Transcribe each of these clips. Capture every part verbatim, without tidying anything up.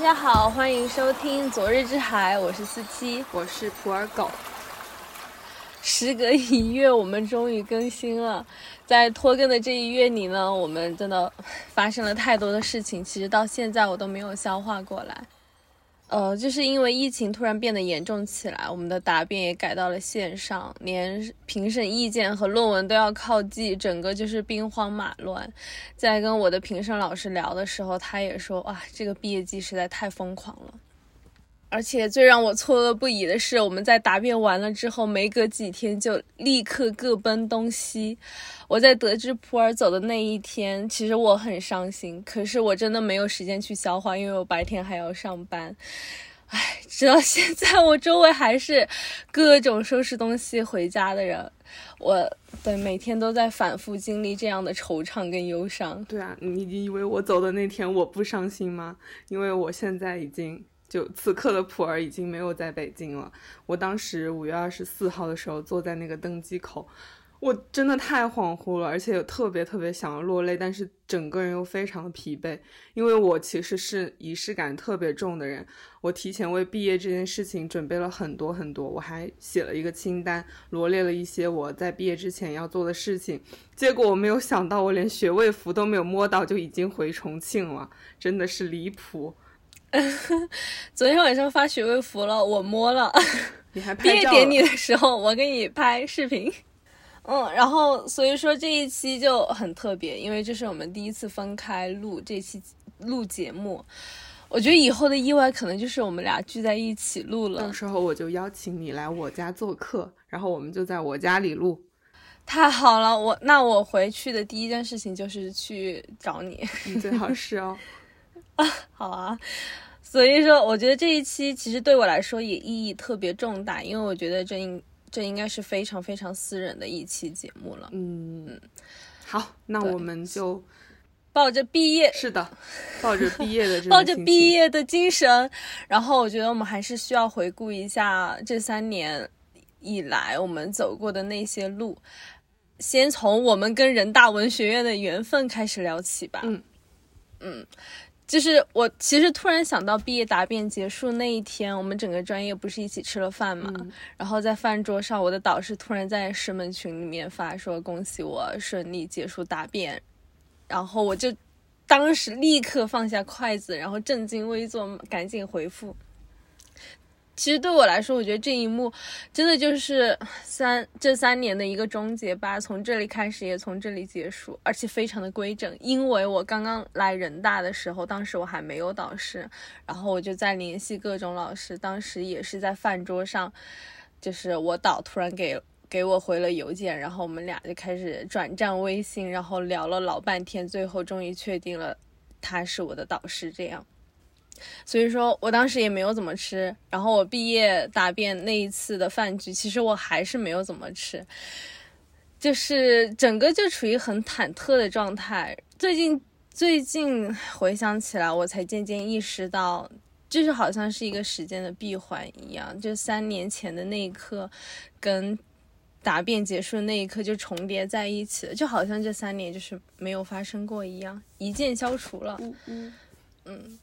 家好，欢迎收听昨日之海，我是思七， 我是普洱狗。 时隔一月，我们终于更新了。在拖更的这一月里呢，我们真的发生了太多的事情，其实到现在我都没有消化过来。呃，就是因为疫情突然变得严重起来，我们的答辩也改到了线上，连评审意见和论文都要靠记，整个就是兵荒马乱。在跟我的评审老师聊的时候，他也说，哇，这个毕业季实在太疯狂了。而且最让我错愕不已的是，我们在答辩完了之后，没隔几天就立刻各奔东西。我在得知普洱走的那一天，其实我很伤心，可是我真的没有时间去消化，因为我白天还要上班。唉，直到现在我周围还是各种收拾东西回家的人，我对每天都在反复经历这样的惆怅跟忧伤。 对啊，你以为我走的那天我不伤心吗？因为我现在已经就此刻的普洱已经没有在北京了。我当时五月二十四号的时候坐在那个登机口，我真的太恍惚了，而且有特别特别想要落泪，但是整个人又非常的疲惫。因为我其实是仪式感特别重的人，我提前为毕业这件事情准备了很多很多，我还写了一个清单，罗列了一些我在毕业之前要做的事情。结果我没有想到，我连学位服都没有摸到就已经回重庆了，真的是离谱。 昨天晚上发学位服了，我摸了。 你还拍照了？ 毕业典礼的时候我给你拍视频。嗯，然后所以说这一期就很特别，因为这是我们第一次分开录这期录节目。我觉得以后的意外可能就是我们俩聚在一起录了， 到时候我就邀请你来我家做客，然后我们就在我家里录。 太好了，我那我回去的第一件事情就是去找你。 你最好是哦。 啊，好啊。所以说我觉得这一期其实对我来说也意义特别重大，因为我觉得这应这应该是非常非常私人的一期节目了。 嗯嗯，好，那我们就抱着毕业是的抱着毕业的这抱着毕业的精神，然后我觉得我们还是需要回顾一下这三年以来我们走过的那些路，先从我们跟人大文学院的缘分开始聊起吧。 嗯嗯，就是我其实突然想到毕业答辩结束那一天，我们整个专业不是一起吃了饭嘛、嗯、然后在饭桌上，我的导师突然在师门群里面发说恭喜我顺利结束答辩，然后我就当时立刻放下筷子，然后正襟危坐，赶紧回复。其实对我来说，我觉得这一幕真的就是三这三年的一个终结吧，从这里开始也从这里结束，而且非常的规整。因为我刚刚来人大的时候，当时我还没有导师，然后我就在联系各种老师，当时也是在饭桌上，就是我导突然给给我回了邮件，然后我们俩就开始转战微信，然后聊了老半天，最后终于确定了他是我的导师这样。所以说我当时也没有怎么吃，然后我毕业答辩那一次的饭局，其实我还是没有怎么吃，就是整个就处于很忐忑的状态。最近最近回想起来，我才渐渐意识到，就是好像是一个时间的闭环一样，就三年前的那一刻跟答辩结束的那一刻就重叠在一起了，就好像这三年就是没有发生过一样，一键消除了。 嗯嗯嗯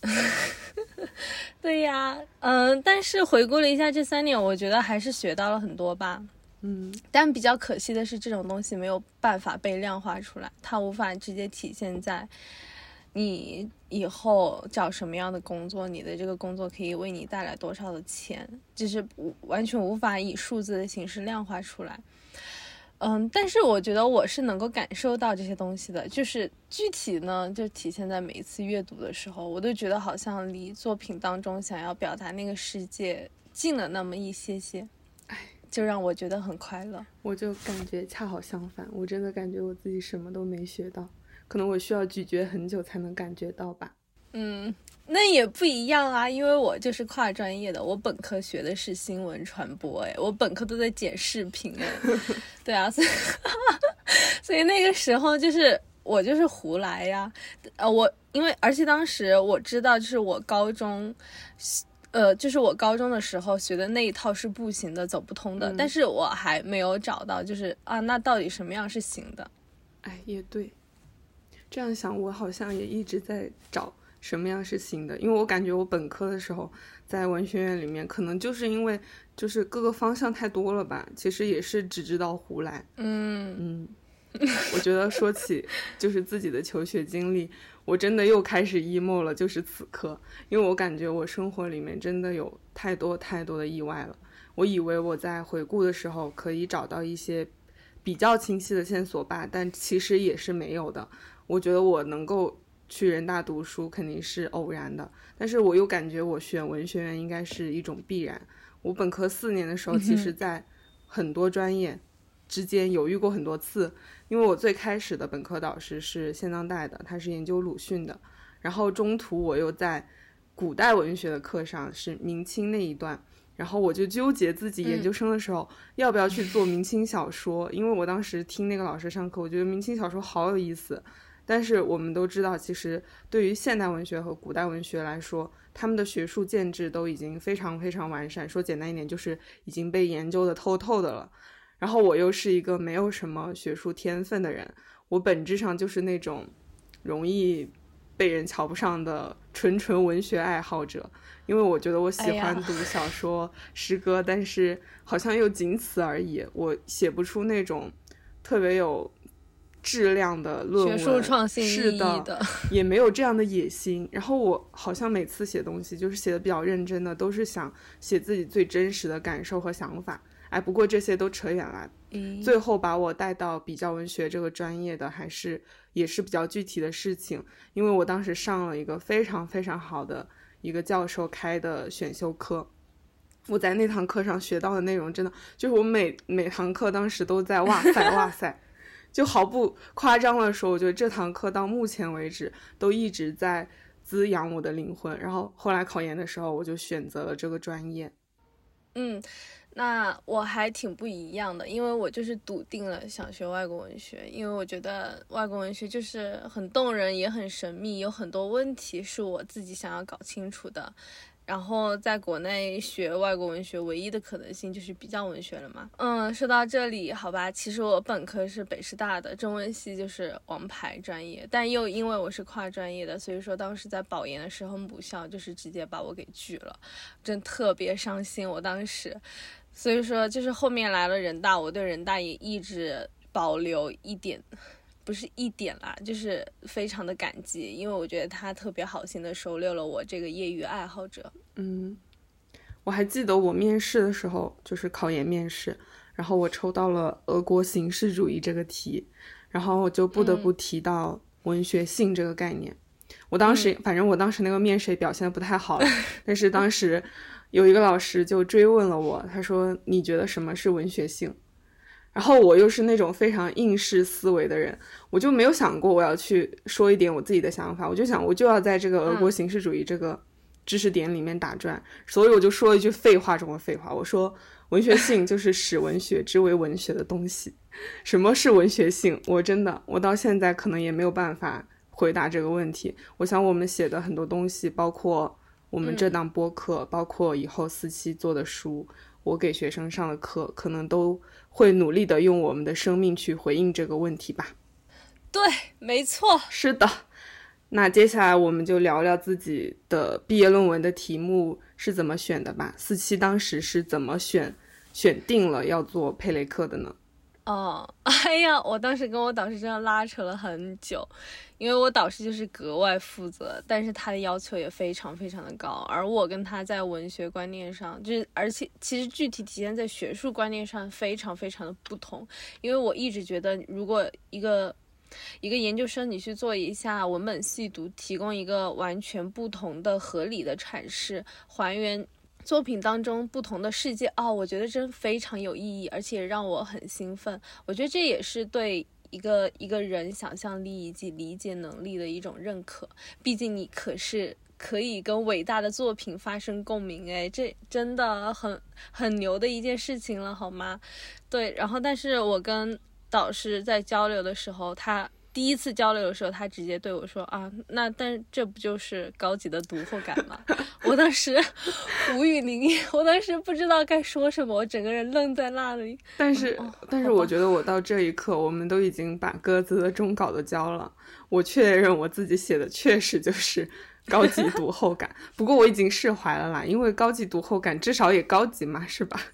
对呀，嗯，但是回顾了一下这三年，我觉得还是学到了很多吧。 嗯， 但比较可惜的是，这种东西没有办法被量化出来，它无法直接体现在你以后找什么样的工作，你的这个工作可以为你带来多少的钱，就是完全无法以数字的形式量化出来。嗯，但是我觉得我是能够感受到这些东西的，就是具体呢，就体现在每一次阅读的时候，我都觉得好像离作品当中想要表达那个世界近了那么一些些， 哎， 就让我觉得很快乐。 我就感觉恰好相反，我真的感觉我自己什么都没学到，可能我需要咀嚼很久才能感觉到吧。 嗯，那也不一样啊，因为我就是跨专业的，我本科学的是新闻传播，哎，我本科都在剪视频，哎，对啊，所以所以那个时候就是我就是胡来呀，呃，我因为而且当时我知道，就是我高中，呃，就是我高中的时候学的那一套是不行的，走不通的，嗯、但是我还没有找到，就是啊，那到底什么样是行的？ 哎，也对，这样想，我好像也一直在找。 什么样是新的？因为我感觉我本科的时候在文学院里面，可能就是因为就是各个方向太多了吧，其实也是只知道胡来。 嗯嗯，我觉得说起就是自己的求学经历，我真的又开始 emo 了，就是此刻，因为我感觉我生活里面真的有太多太多的意外了。我以为我在回顾的时候可以找到一些比较清晰的线索吧，但其实也是没有的。我觉得我能够去人大读书肯定是偶然的，但是我又感觉我选文学院应该是一种必然。我本科四年的时候，其实在很多专业之间犹豫过很多次，因为我最开始的本科导师是现当代的，他是研究鲁迅的，然后中途我又在古代文学的课上是明清那一段，然后我就纠结自己研究生的时候要不要去做明清小说、嗯、因为我当时听那个老师上课，我觉得明清小说好有意思，但是我们都知道其实对于现代文学和古代文学来说，他们的学术建制都已经非常非常完善，说简单一点就是已经被研究的透透的了。然后我又是一个没有什么学术天分的人，我本质上就是那种容易被人瞧不上的纯纯文学爱好者，因为我觉得我喜欢读小说、哎、诗歌，但是好像又仅此而已，我写不出那种特别有质量的论文， 学术创新意义的，的也没有这样的野心。然后我好像每次写东西就是写的比较认真的，都是想写自己最真实的感受和想法。哎，不过这些都扯远了、嗯、最后把我带到比较文学这个专业的还是也是比较具体的事情，因为我当时上了一个非常非常好的一个教授开的选修课，我在那堂课上学到的内容真的就是我每每堂课当时都在哇塞哇塞就毫不夸张的说，我觉得这堂课到目前为止都一直在滋养我的灵魂。然后后来考研的时候我就选择了这个专业。 嗯，那我还挺不一样的，因为我就是笃定了想学外国文学，因为我觉得外国文学就是很动人也很神秘，有很多问题是我自己想要搞清楚的。然后在国内学外国文学唯一的可能性就是比较文学了嘛。嗯，说到这里好吧，其实我本科是北师大的，中文系就是王牌专业，但又因为我是跨专业的，所以说当时在保研的时候母校就是直接把我给拒了，真特别伤心我当时。所以说就是后面来了人大，我对人大也一直保留一点，不是一点啦，就是非常的感激，因为我觉得他特别好心的收留了我这个业余爱好者。 嗯，我还记得我面试的时候，就是考研面试，然后我抽到了俄国形式主义这个题，然后我就不得不提到文学性这个概念、嗯、我当时反正我当时那个面试也表现得不太好了、嗯、但是当时有一个老师就追问了我，他说你觉得什么是文学性？然后我又是那种非常应试思维的人，我就没有想过我要去说一点我自己的想法，我就想我就要在这个俄国形式主义这个知识点里面打转、嗯、所以我就说一句废话中的废话，我说文学性就是使文学之为文学的东西。什么是文学性？我真的我到现在可能也没有办法回答这个问题。我想我们写的很多东西，包括我们这档播客、嗯、包括以后四期做的书，我给学生上的课，可能都会努力的用我们的生命去回应这个问题吧。 对，没错， 是的。那接下来我们就聊聊自己的毕业论文的题目是怎么选的吧。四期当时是怎么选选定了要做佩雷克的呢？ 哦，哎呀，我当时跟我导师真的拉扯了很久，因为我导师就是格外负责，但是他的要求也非常非常的高，而我跟他在文学观念上，就是而且其实具体体现在学术观念上非常非常的不同。因为我一直觉得，如果一个一个研究生你去做一下文本细读，提供一个完全不同的合理的阐释，还原作品当中不同的世界，哦，我觉得真非常有意义，而且让我很兴奋。我觉得这也是对一个一个人想象力以及理解能力的一种认可，毕竟你可是可以跟伟大的作品发生共鸣，哎，这真的很很牛的一件事情了，好吗？对，然后但是我跟导师在交流的时候，他第一次交流的时候，他直接对我说啊，那但这不就是高级的读后感吗？我当时无语凝噎，我当时不知道该说什么，我整个人愣在那里。 但是、嗯哦、但是我觉得我到这一刻，我们都已经把各自的终稿都交了，我确认我自己写的确实就是高级读后感。不过我已经释怀了啦，因为高级读后感至少也高级嘛，是吧？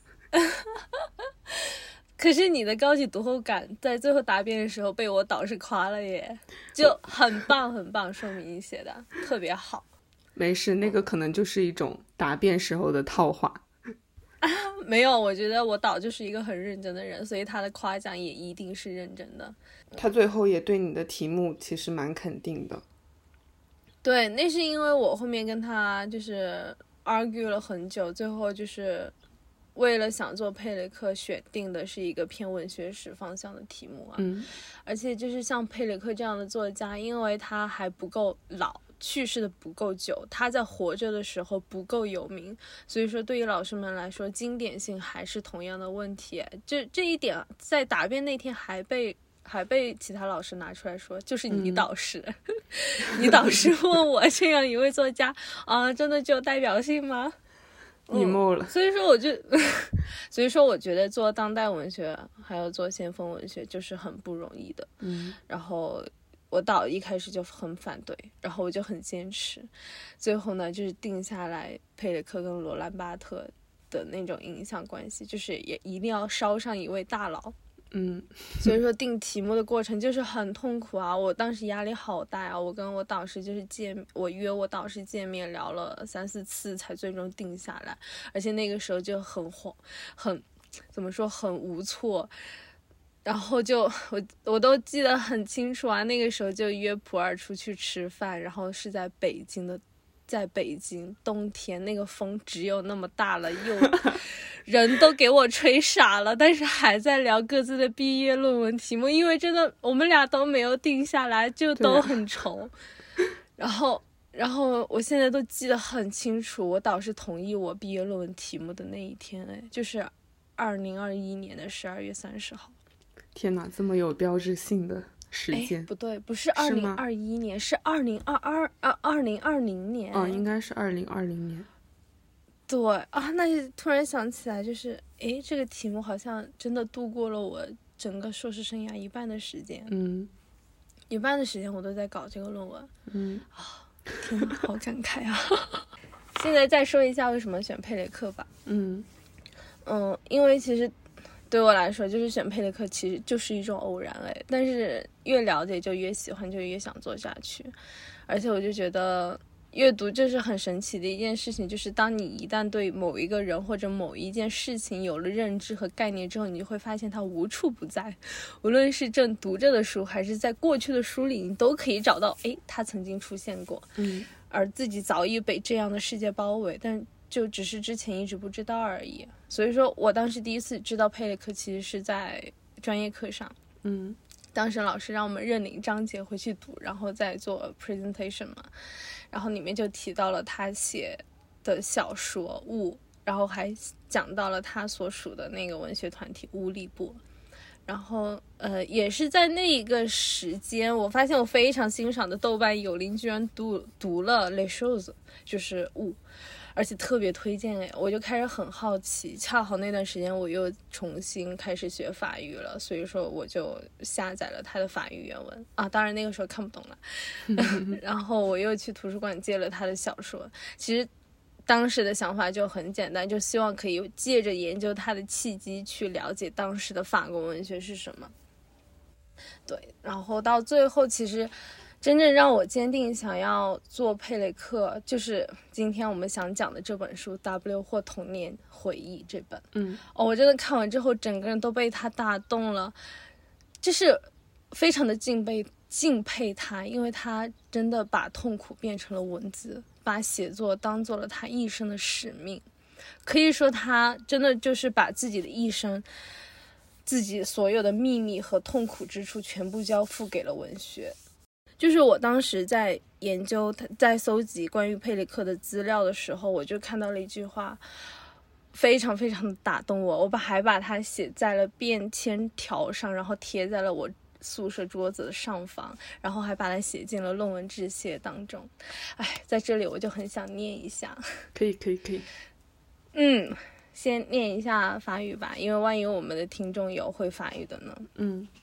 可是你的高级读后感在最后答辩的时候被我导师夸了耶，就很棒很棒，说明你写的特别好。 没事，那个可能就是一种答辩时候的套话。 没有，我觉得我导就是一个很认真的人，所以他的夸奖也一定是认真的。 他最后也对你的题目其实蛮肯定的。 对，那是因为我后面跟他就是 argue 了很久，最后就是为了想做佩雷克选定的是一个偏文学史方向的题目啊。 嗯， 而且就是像佩雷克这样的作家，因为他还不够老，去世的不够久，他在活着的时候不够有名，所以说对于老师们来说，经典性还是同样的问题。这这一点在答辩那天还被还被其他老师拿出来说，就是你导师、嗯、你导师问我这样一位作家啊，真的具有代表性吗？ 你懵了、 嗯、所以说我就所以说我觉得做当代文学还有做先锋文学就是很不容易的。 嗯， 然后我导一开始就很反对，然后我就很坚持，最后呢就是定下来佩雷克跟罗兰巴特的那种影响关系，就是也一定要烧上一位大佬。 嗯， 所以说定题目的过程就是很痛苦啊，我当时压力好大啊，我跟我导师就是见我约我导师见面聊了三四次才最终定下来，而且那个时候就很慌，很怎么说很无措，然后就我我都记得很清楚啊，那个时候就约普洱出去吃饭，然后是在北京的，在北京冬天那个风只有那么大了，又人都给我吹傻了，但是还在聊各自的毕业论文题目，因为真的我们俩都没有定下来，就都很愁。然后然后我现在都记得很清楚，我导师同意我毕业论文题目的那一天，哎，就是二零二一年的十二月三十号。 天哪，这么有标志性的时间？ 不对，不是二零二一年，是二零二二啊，二零二零年。 哦，应该是二零二零年。 对啊，那突然想起来，就是诶，这个题目好像真的度过了我整个硕士生涯一半的时间。 嗯， 一半的时间我都在搞这个论文。 嗯， 啊，天哪，好感慨啊！现在再说一下为什么选佩雷克吧。 嗯嗯，因为其实对我来说，就是选佩雷克其实就是一种偶然哎，但是越了解就越喜欢，就越想做下去，而且我就觉得。阅读这是很神奇的一件事情，就是当你一旦对某一个人或者某一件事情有了认知和概念之后，你就会发现它无处不在，无论是正读着的书还是在过去的书里，你都可以找到诶它曾经出现过。 嗯， 而自己早已被这样的世界包围，但就只是之前一直不知道而已。所以说我当时第一次知道佩雷克其实是在专业课上。 嗯， 当时老师让我们认领章节回去读，然后再做 presentation 嘛，然后里面就提到了他写的小说《雾》，然后还讲到了他所属的那个文学团体乌力部。然后呃，也是在那一个时间，我发现我非常欣赏的豆瓣有邻居然读读了《Les Choses》，就是《雾》，而且特别推荐哎，我就开始很好奇，恰好那段时间我又重新开始学法语了，所以说我就下载了他的法语原文啊，当然那个时候看不懂了，然后我又去图书馆借了他的小说。其实当时的想法就很简单，就希望可以借着研究他的契机去了解当时的法国文学是什么。对，然后到最后其实真正让我坚定想要做佩雷克，就是今天我们想讲的这本书《W 或童年回忆》这本。 嗯， 哦，我真的看完之后，整个人都被他打动了，就是非常的敬佩敬佩他，因为他真的把痛苦变成了文字，把写作当做了他一生的使命。可以说，他真的就是把自己的一生。自己所有的秘密和痛苦之处全部交付给了文学。就是我当时在研究在搜集关于佩雷克的资料的时候，我就看到了一句话非常非常的打动我，我把还把它写在了便签条上，然后贴在了我宿舍桌子的上方，然后还把它写进了论文致谢当中。哎，在这里我就很想念一下。 可以可以可以。 嗯，先念一下法语吧，因为万一我们的听众有会法语的呢。 嗯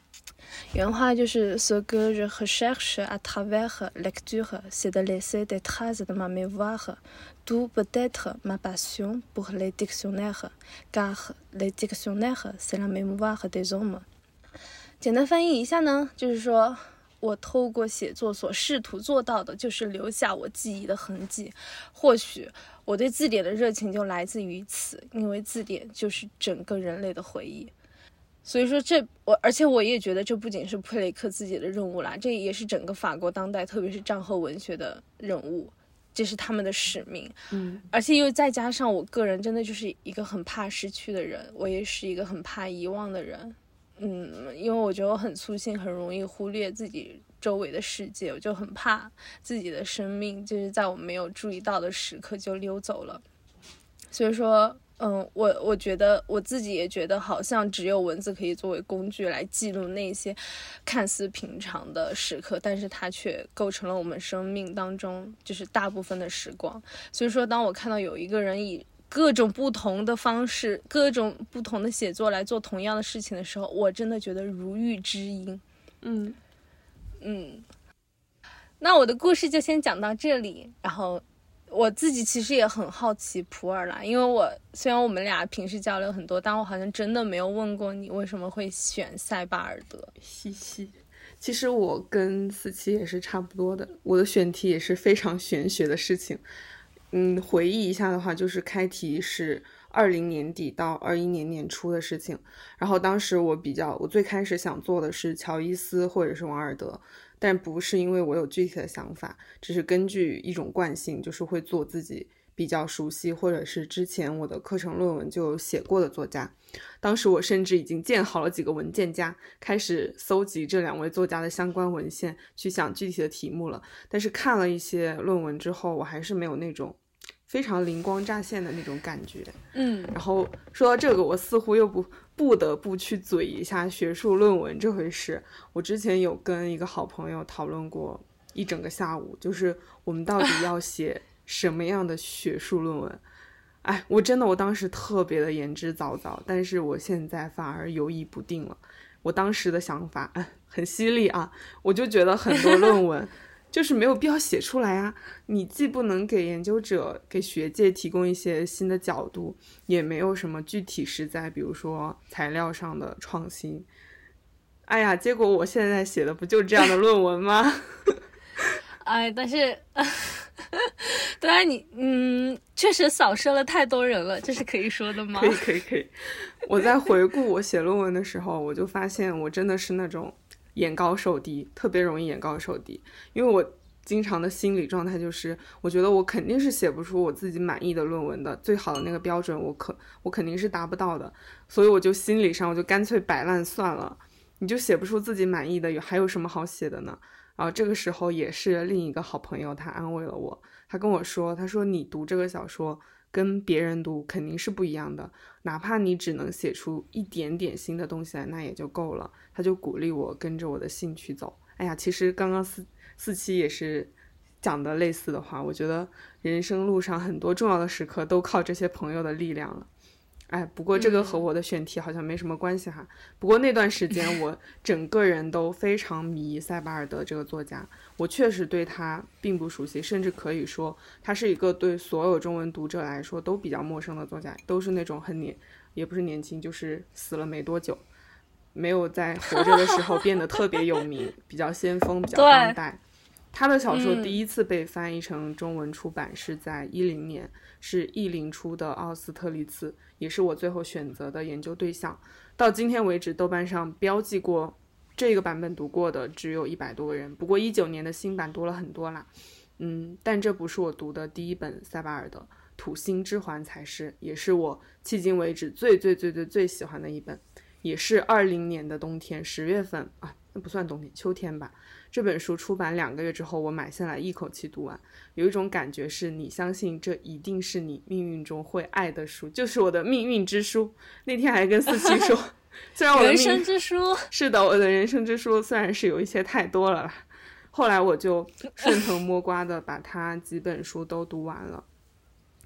原话就是 Ce que je recherche à travers lecture, c'est de laisser des traces de ma mémoire, d'où peut-être ma passion pour les dictionnaires, car les dictionnaires, c'est la mémoire des hommes. 简单翻译一下呢，就是说我透过写作所试图做到的就是留下我记忆的痕迹，或许我对字典的热情就来自于此，因为字典就是整个人类的回忆。所以说这我而且我也觉得这不仅是普雷克自己的任务啦，这也是整个法国当代特别是战后文学的任务，这是他们的使命。 嗯， 而且又再加上我个人真的就是一个很怕失去的人，我也是一个很怕遗忘的人。嗯，因为我觉得我很粗心，很容易忽略自己周围的世界，我就很怕自己的生命就是在我没有注意到的时刻就溜走了。所以说嗯，我我觉得我自己也觉得好像只有文字可以作为工具来记录那些看似平常的时刻，但是它却构成了我们生命当中就是大部分的时光。所以说当我看到有一个人以各种不同的方式各种不同的写作来做同样的事情的时候，我真的觉得如遇知音。 嗯嗯，那我的故事就先讲到这里，然后我自己其实也很好奇普洱啦，因为我虽然我们俩平时交流很多，但我好像真的没有问过你为什么会选塞巴尔德。 嘻嘻，其实我跟思琪也是差不多的，我的选题也是非常玄学的事情。嗯，回忆一下的话，就是开题是二零年底到二一年年初的事情。然后当时我比较，我最开始想做的是乔伊斯或者是王尔德，但不是因为我有具体的想法，只是根据一种惯性，就是会做自己比较熟悉或者是之前我的课程论文就有写过的作家。当时我甚至已经建好了几个文件夹，开始搜集这两位作家的相关文献，去想具体的题目了。但是看了一些论文之后，我还是没有那种非常灵光乍现的那种感觉。 嗯， 然后说到这个，我似乎又不不得不去嘴一下学术论文这回事。我之前有跟一个好朋友讨论过一整个下午，就是我们到底要写什么样的学术论文。哎，我真的我当时特别的言之凿凿，但是我现在反而犹疑不定了。我当时的想法、哎、很犀利啊，我就觉得很多论文就是没有必要写出来啊，你既不能给研究者给学界提供一些新的角度，也没有什么具体实在比如说材料上的创新。哎呀，结果我现在写的不就这样的论文吗？ 哎，但是当然你嗯，确实扫射了太多人了，这是可以说的吗？ 可以可以可以。我在回顾我写论文的时候，我就发现我真的是那种眼高手低，特别容易眼高手低。因为我经常的心理状态就是我觉得我肯定是写不出我自己满意的论文的，最好的那个标准我可我肯定是达不到的，所以我就心理上我就干脆摆烂算了，你就写不出自己满意的，有还有什么好写的呢？然后这个时候也是另一个好朋友他安慰了我，他跟我说，他说你读这个小说跟别人读肯定是不一样的，哪怕你只能写出一点点新的东西来那也就够了，他就鼓励我跟着我的兴趣走。哎呀，其实刚刚四四期也是讲的类似的话，我觉得人生路上很多重要的时刻都靠这些朋友的力量了。哎，不过这个和我的选题好像没什么关系哈。嗯、不过那段时间我整个人都非常迷塞巴尔德这个作家，我确实对他并不熟悉，甚至可以说他是一个对所有中文读者来说都比较陌生的作家，都是那种很年，也不是年轻，就是死了没多久，没有在活着的时候变得特别有名，比较先锋，比较当代。他的小说第一次被翻译成中文出版是在一零年，是译林出的《奥斯特利茨》，也是我最后选择的研究对象。到今天为止，豆瓣上标记过这个版本读过的只有一百多个人，不过一九年的新版多了很多啦。嗯，但这不是我读的第一本塞巴尔德，《土星之环》才是，也是我迄今为止最最最最最喜欢的一本，也是二零年的冬天十月份啊，那不算冬天，秋天吧。这本书出版两个月之后，我买下来一口气读完，有一种感觉是你相信这一定是你命运中会爱的书，就是我的命运之书。那天还跟思琪说虽然我的人生之书， 是的，我的人生之书虽然是有一些太多了啦，后来我就顺藤摸瓜的把它几本书都读完了。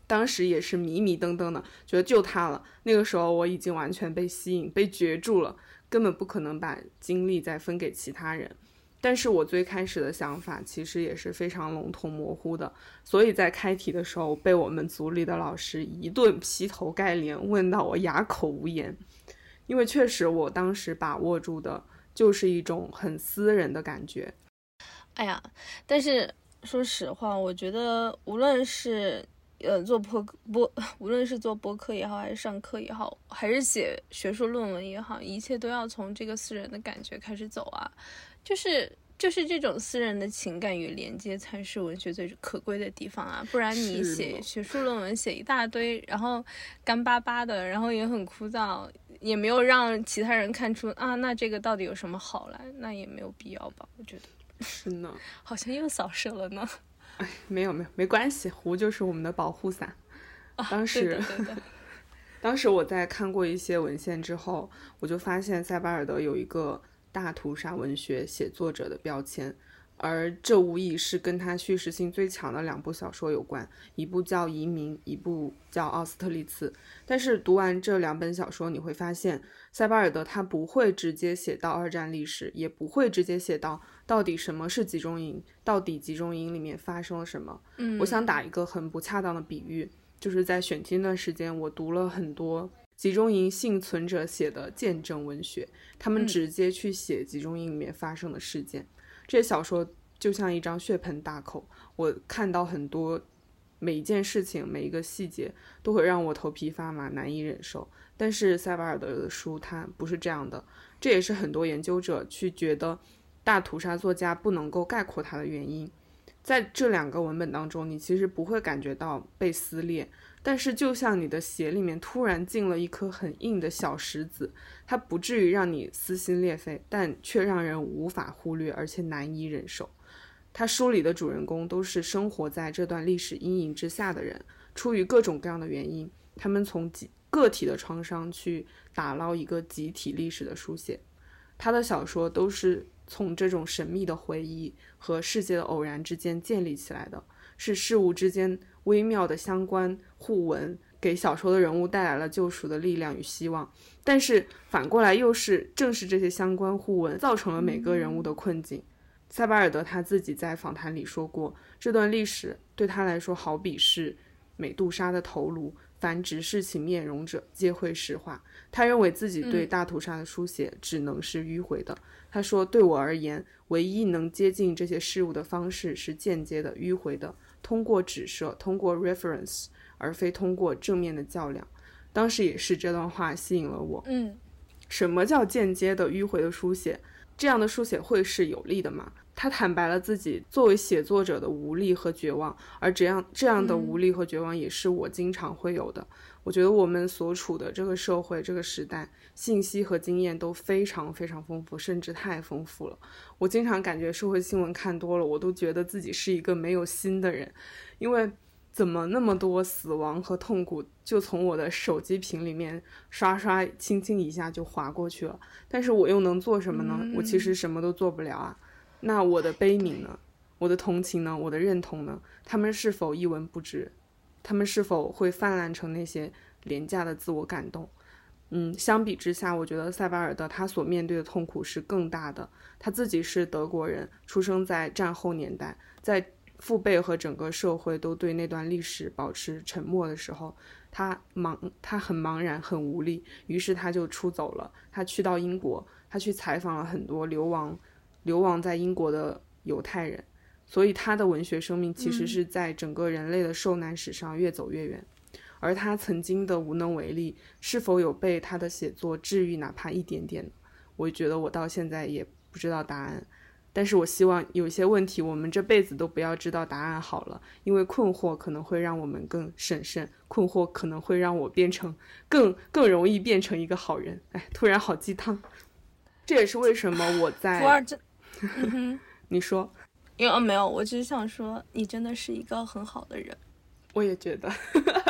当时也是迷迷瞪瞪的，觉得就他了。那个时候我已经完全被吸引被攫住了，根本不可能把精力再分给其他人。但是我最开始的想法其实也是非常笼统模糊的，所以在开题的时候被我们组里的老师一顿劈头盖脸问到我哑口无言。因为确实我当时把握住的就是一种很私人的感觉。 哎呀，但是说实话，我觉得无论是呃做播播，无论是做播客也好，还是上课也好，还是写学术论文也好，一切都要从这个私人的感觉开始走啊。就是就是这种私人的情感与连接才是文学最可贵的地方啊，不然你写学术论文写一大堆，然后干巴巴的，然后也很枯燥，也没有让其他人看出啊，那这个到底有什么好来，那也没有必要吧，我觉得。 是呢， 好像又扫射了呢。 哎，没有没有，没关系，湖就是我们的保护伞。当时、 啊、对的对的当时我在看过一些文献之后，我就发现塞巴尔德有一个大屠杀文学写作者的标签，而这无疑是跟他叙事性最强的两部小说有关，一部叫《移民》，一部叫《奥斯特利茨》。但是读完这两本小说，你会发现塞巴尔德他不会直接写到二战历史，也不会直接写到到底什么是集中营，到底集中营里面发生了什么。 嗯， 我想打一个很不恰当的比喻，就是在选题那段时间，我读了很多集中营幸存者写的见证文学，他们直接去写集中营里面发生的事件、嗯、这些小说就像一张血盆大口，我看到很多每一件事情每一个细节都会让我头皮发麻难以忍受。但是塞巴尔德的书它不是这样的，这也是很多研究者去觉得大屠杀作家不能够概括它的原因。在这两个文本当中，你其实不会感觉到被撕裂，但是就像你的鞋里面突然进了一颗很硬的小石子，它不至于让你撕心裂肺，但却让人无法忽略，而且难以忍受。他书里的主人公都是生活在这段历史阴影之下的人，出于各种各样的原因，他们从个体的创伤去打捞一个集体历史的书写。他的小说都是从这种神秘的回忆和世界的偶然之间建立起来的，是事物之间微妙的相关互文，给小说的人物带来了救赎的力量与希望。但是反过来又是正是这些相关互文造成了每个人物的困境。塞巴尔德他自己在访谈里说过，这段历史对他来说好比是美杜莎的头颅，凡直视其面容者皆会石化。他认为自己对大屠杀的书写只能是迂回的、嗯、他说，对我而言，唯一能接近这些事物的方式是间接的、迂回的，通过指涉，通过 reference， 而非通过正面的较量。当时也是这段话吸引了我。 嗯， 什么叫间接的、迂回的书写？这样的书写会是有利的吗？他坦白了自己作为写作者的无力和绝望，而这样这样的无力和绝望也是我经常会有的、嗯、我觉得我们所处的这个社会这个时代，信息和经验都非常非常丰富，甚至太丰富了。我经常感觉社会新闻看多了，我都觉得自己是一个没有心的人，因为怎么那么多死亡和痛苦就从我的手机屏里面刷刷轻轻一下就划过去了，但是我又能做什么呢、嗯、我其实什么都做不了啊。那我的悲悯呢？我的同情呢？我的认同呢？他们是否一文不值？他们是否会泛滥成那些廉价的自我感动？嗯，相比之下，我觉得塞巴尔德他所面对的痛苦是更大的。他自己是德国人，出生在战后年代，在父辈和整个社会都对那段历史保持沉默的时候，他茫他很茫然很无力，于是他就出走了。他去到英国，他去采访了很多流亡流亡在英国的犹太人，所以他的文学生命其实是在整个人类的受难史上越走越远、嗯、而他曾经的无能为力是否有被他的写作治愈哪怕一点点，我觉得我到现在也不知道答案。但是我希望有些问题我们这辈子都不要知道答案好了，因为困惑可能会让我们更审慎，困惑可能会让我变成更更容易变成一个好人。哎，突然好鸡汤。这也是为什么我在福尔这嗯、 你说。 因为、哦、没有，我只是想说你真的是一个很好的人。 我也觉得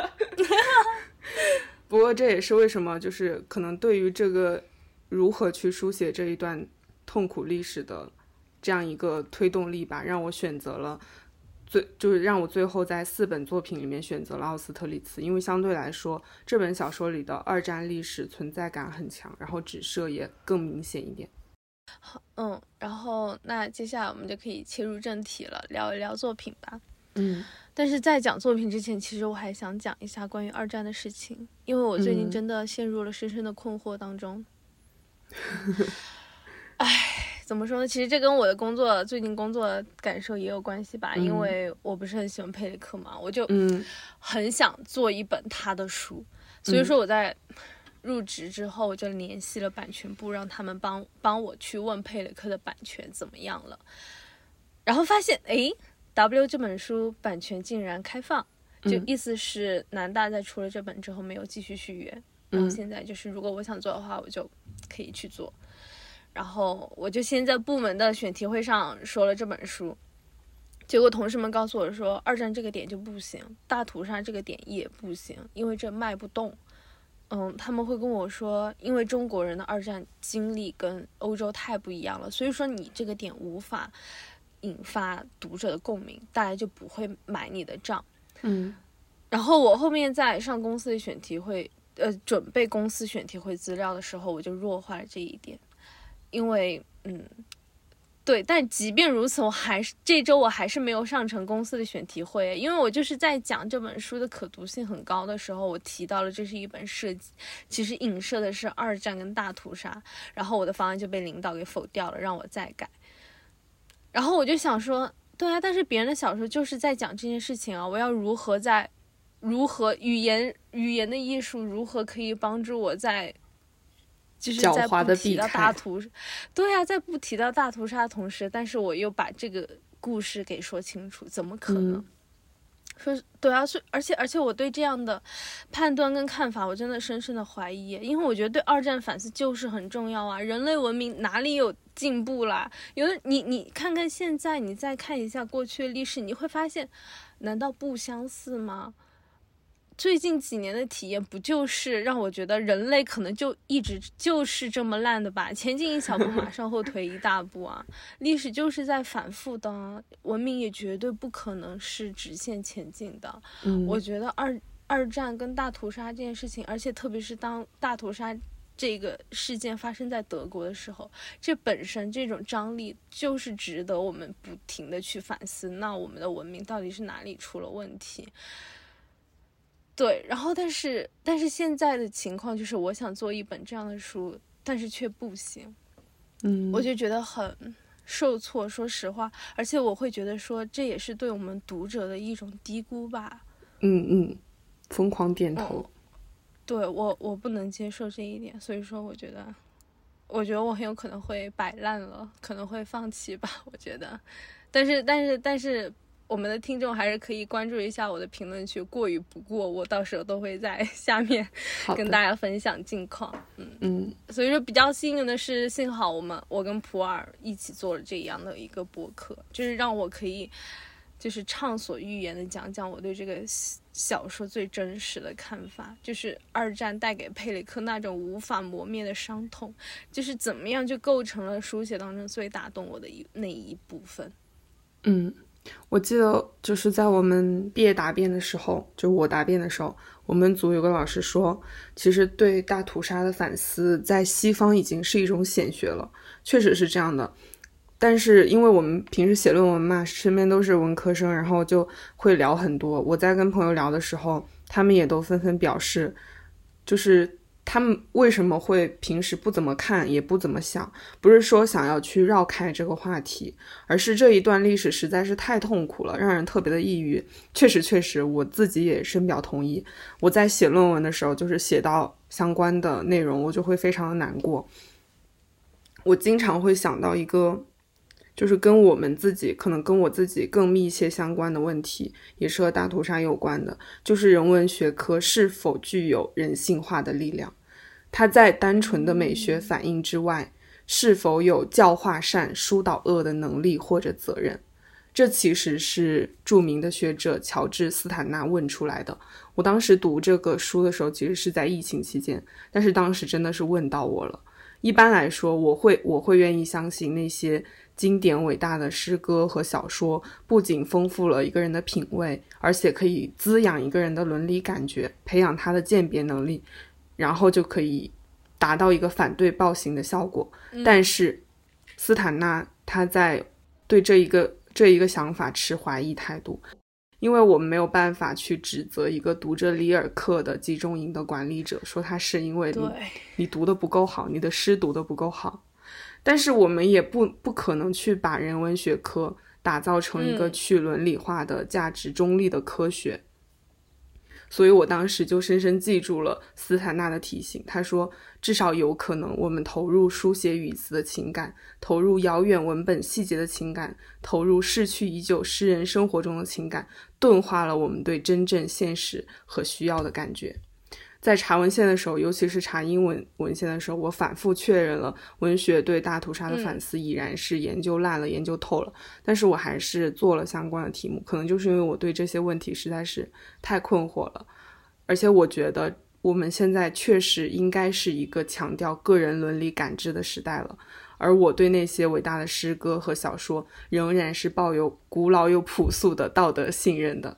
不过这也是为什么就是可能对于这个如何去书写这一段痛苦历史的这样一个推动力吧，让我选择了最就是让我最后在四本作品里面选择了奥斯特里茨，因为相对来说这本小说里的二战历史存在感很强，然后指涉也更明显一点。 好，嗯，然后那接下来我们就可以切入正题了，聊一聊作品吧。 嗯， 但是在讲作品之前，其实我还想讲一下关于二战的事情，因为我最近真的陷入了深深的困惑当中。唉，怎么说呢？其实这跟我的工作最近工作感受也有关系吧， 嗯、 因为我不是很喜欢佩里克嘛，我就很想做一本他的书， 嗯、 所以说我在入职之后我就联系了版权部，让他们帮帮我去问佩里克的版权怎么样了，然后发现诶 W 这本书版权竟然开放，就意思是南大在出了这本之后没有继续续约，然后现在就是如果我想做的话我就可以去做，然后我就先在部门的选题会上说了这本书，结果同事们告诉我说二战这个点就不行，大屠杀这个点也不行，因为这卖不动。嗯，他们会跟我说因为中国人的二战经历跟欧洲太不一样了，所以说你这个点无法引发读者的共鸣，大家就不会买你的账。 嗯， 然后我后面在上公司的选题会呃准备公司选题会资料的时候，我就弱化了这一点，因为嗯对，但即便如此，我还是这周我还是没有上成公司的选题会，因为我就是在讲这本书的可读性很高的时候，我提到了这是一本设计，其实影射的是二战跟大屠杀，然后我的方案就被领导给否掉了，让我再改。然后我就想说，对啊，但是别人的小说就是在讲这件事情啊，我要如何在如何语言语言的艺术如何可以帮助我在就是在不提到大屠杀，对啊，在不提到大屠杀的同时，但是我又把这个故事给说清楚，怎么可能？嗯、说对啊，而且而且我对这样的判断跟看法，我真的深深的怀疑，因为我觉得对二战反思就是很重要啊，人类文明哪里有进步啦？有的你你看看现在，你再看一下过去的历史，你会发现，难道不相似吗？最近几年的体验不就是让我觉得人类可能就一直就是这么烂的吧，前进一小步马上后退一大步啊，历史就是在反复的，文明也绝对不可能是直线前进的。 嗯， 我觉得二二战跟大屠杀这件事情，而且特别是当大屠杀这个事件发生在德国的时候，这本身这种张力就是值得我们不停的去反思，那我们的文明到底是哪里出了问题。对，然后但是但是现在的情况就是我想做一本这样的书，但是却不行， 嗯， 我就觉得很受挫，说实话，而且我会觉得说这也是对我们读者的一种低估吧。 嗯嗯，疯狂点头。 嗯、对我我不能接受这一点，所以说我觉得我觉得我很有可能会摆烂了，可能会放弃吧，我觉得，但是但是但是。我们的听众还是可以关注一下我的评论区，过与不过我到时候都会在下面跟大家分享近况。嗯嗯， 所以说比较幸运的是，幸好我们我跟普洱一起做了这样的一个播客，就是让我可以就是畅所欲言的讲讲我对这个小说最真实的看法，就是二战带给佩里克那种无法磨灭的伤痛，就是怎么样就构成了书写当中最打动我的一那一部分。 嗯。我记得就是在我们毕业答辩的时候，就我答辩的时候，我们组有个老师说，其实对大屠杀的反思在西方已经是一种显学了，确实是这样的。但是因为我们平时写论文嘛，身边都是文科生，然后就会聊很多。我在跟朋友聊的时候，他们也都纷纷表示，就是他们为什么会平时不怎么看也不怎么想，不是说想要去绕开这个话题，而是这一段历史实在是太痛苦了，让人特别的抑郁。确实确实我自己也深表同意，我在写论文的时候，就是写到相关的内容我就会非常的难过。我经常会想到一个就是跟我们自己可能跟我自己更密切相关的问题，也是和大屠杀有关的，就是人文学科是否具有人性化的力量，它在单纯的美学反应之外，是否有教化善疏导恶的能力或者责任。这其实是著名的学者乔治斯坦纳问出来的。我当时读这个书的时候其实是在疫情期间，但是当时真的是问到我了， 一般来说，我会我会愿意相信那些经典伟大的诗歌和小说不仅丰富了一个人的品味，而且可以滋养一个人的伦理感觉，培养他的鉴别能力，然后就可以达到一个反对暴行的效果。嗯、但是斯坦纳他在对这一个这一个想法持怀疑态度，因为我们没有办法去指责一个读着里尔克的集中营的管理者，说他是因为你你读的不够好，你的诗读的不够好。但是我们也不不可能去把人文学科打造成一个去伦理化的价值中立的科学。嗯、所以我当时就深深记住了斯坦纳的提醒，他说至少有可能我们投入书写语词的情感，投入遥远文本细节的情感，投入逝去已久诗人生活中的情感，钝化了我们对真正现实和需要的感觉。在查文献的时候，尤其是查英文文献的时候，我反复确认了文学对大屠杀的反思已然是研究烂了、嗯、研究透了，但是我还是做了相关的题目，可能就是因为我对这些问题实在是太困惑了。而且我觉得我们现在确实应该是一个强调个人伦理感知的时代了，而我对那些伟大的诗歌和小说仍然是抱有古老又朴素的道德信任的。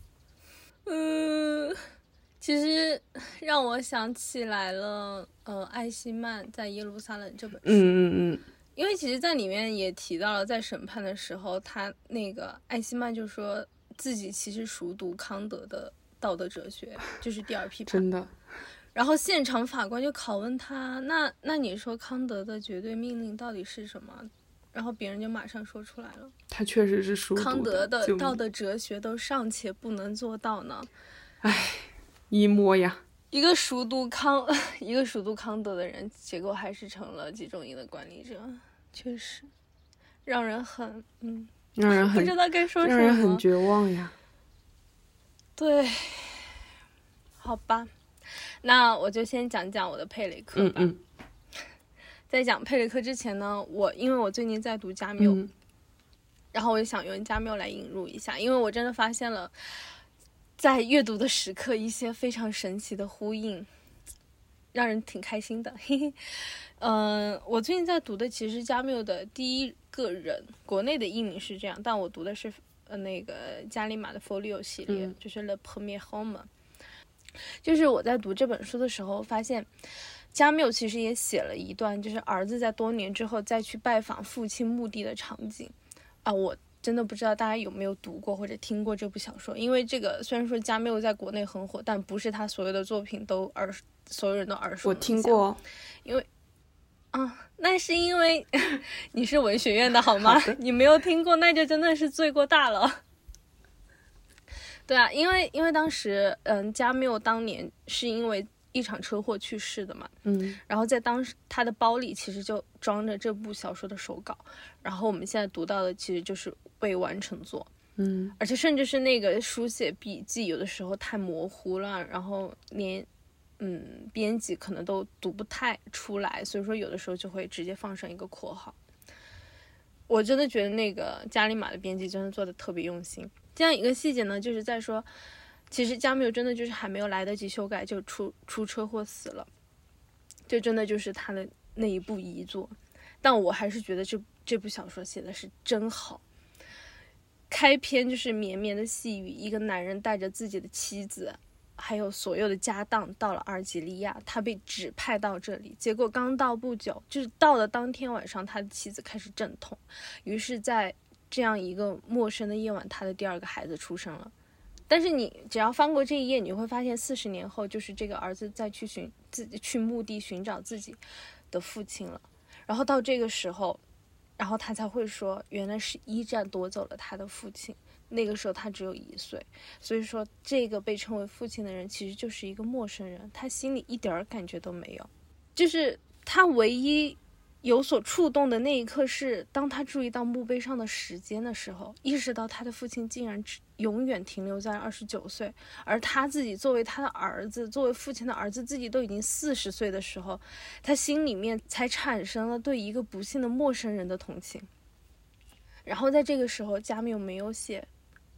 嗯，其实让我想起来了呃，艾希曼在耶路撒冷这本书。 嗯嗯嗯， 因为其实在里面也提到了，在审判的时候他那个艾希曼就说自己其实熟读康德的道德哲学，就是第二批判。 真的。 然后现场法官就拷问他，那那你说康德的绝对命令到底是什么？然后别人就马上说出来了， 他确实是熟读的， 康德的道德哲学都尚且不能做到呢。 唉，一摸呀， 一个熟读康一个熟读康德的人，结果还是成了集中营的管理者，确实让人很嗯， 让人很不知道该说什么， 让人很绝望呀。 对，好吧，那我就先讲讲我的佩雷克吧。 嗯嗯。 在讲佩雷克之前呢，我因为我最近在读加缪、嗯、然后我就想用加缪来引入一下，因为我真的发现了在阅读的时刻一些非常神奇的呼应，让人挺开心的。嗯、呃，我最近在读的其实加缪的第一个人，国内的译名是这样，但我读的是呃那个加里马的 Folio 系列、嗯、就是 Le Premier Homme。就是我在读这本书的时候发现加缪其实也写了一段就是儿子在多年之后再去拜访父亲墓地的场景啊，我真的不知道大家有没有读过或者听过这部小说，因为这个虽然说加缪在国内很火，但不是他所有的作品都耳所有人都耳熟能详。 我听过， 因为啊，那是因为你是文学院的好吗？好你没有听过那就真的是罪过大了。对啊，因为因为当时嗯，加缪当年是因为一场车祸去世的嘛， 嗯， 然后在当时他的包里其实就装着这部小说的手稿，然后我们现在读到的其实就是未完成作， 嗯， 而且甚至是那个书写笔记有的时候太模糊了，然后连嗯编辑可能都读不太出来，所以说有的时候就会直接放上一个括号。我真的觉得那个加里马的编辑真的做的特别用心。这样一个细节呢，就是在说其实加缪真的就是还没有来得及修改就出出车祸死了，这真的就是他的那一部遗作。但我还是觉得这这部小说写的是真好。开篇就是绵绵的细语，一个男人带着自己的妻子还有所有的家当到了阿尔及利亚，他被指派到这里，结果刚到不久，就是到了当天晚上他的妻子开始阵痛，于是在这样一个陌生的夜晚，他的第二个孩子出生了。但是你只要翻过这一页，你会发现四十年后就是这个儿子再去寻自己去墓地寻找自己的父亲了，然后到这个时候，然后他才会说原来是一战夺走了他的父亲，那个时候他只有一岁，所以说这个被称为父亲的人其实就是一个陌生人，他心里一点感觉都没有。就是他唯一有所触动的那一刻是当他注意到墓碑上的时间的时候，意识到他的父亲竟然永远停留在二十九岁，而他自己作为他的儿子，作为父亲的儿子，自己都已经四十岁的时候，他心里面才产生了对一个不幸的陌生人的同情。然后在这个时候加缪没有写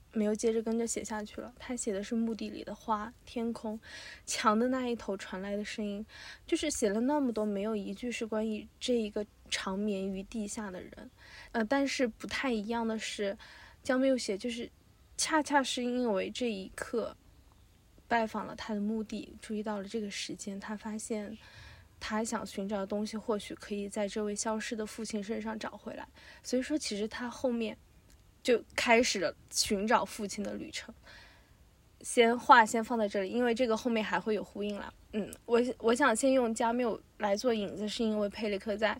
没有接着跟着写下去了。他写的是墓地里的花、天空、墙的那一头传来的声音，就是写了那么多，没有一句是关于这一个长眠于地下的人。呃，但是不太一样的是，江缪写就是恰恰是因为这一刻拜访了他的墓地，注意到了这个时间，他发现他想寻找的东西或许可以在这位消失的父亲身上找回来。所以说其实他后面就开始了寻找父亲的旅程。先话先放在这里，因为这个后面还会有呼应啦。嗯，我我想先用加缪来做引子，是因为佩雷克在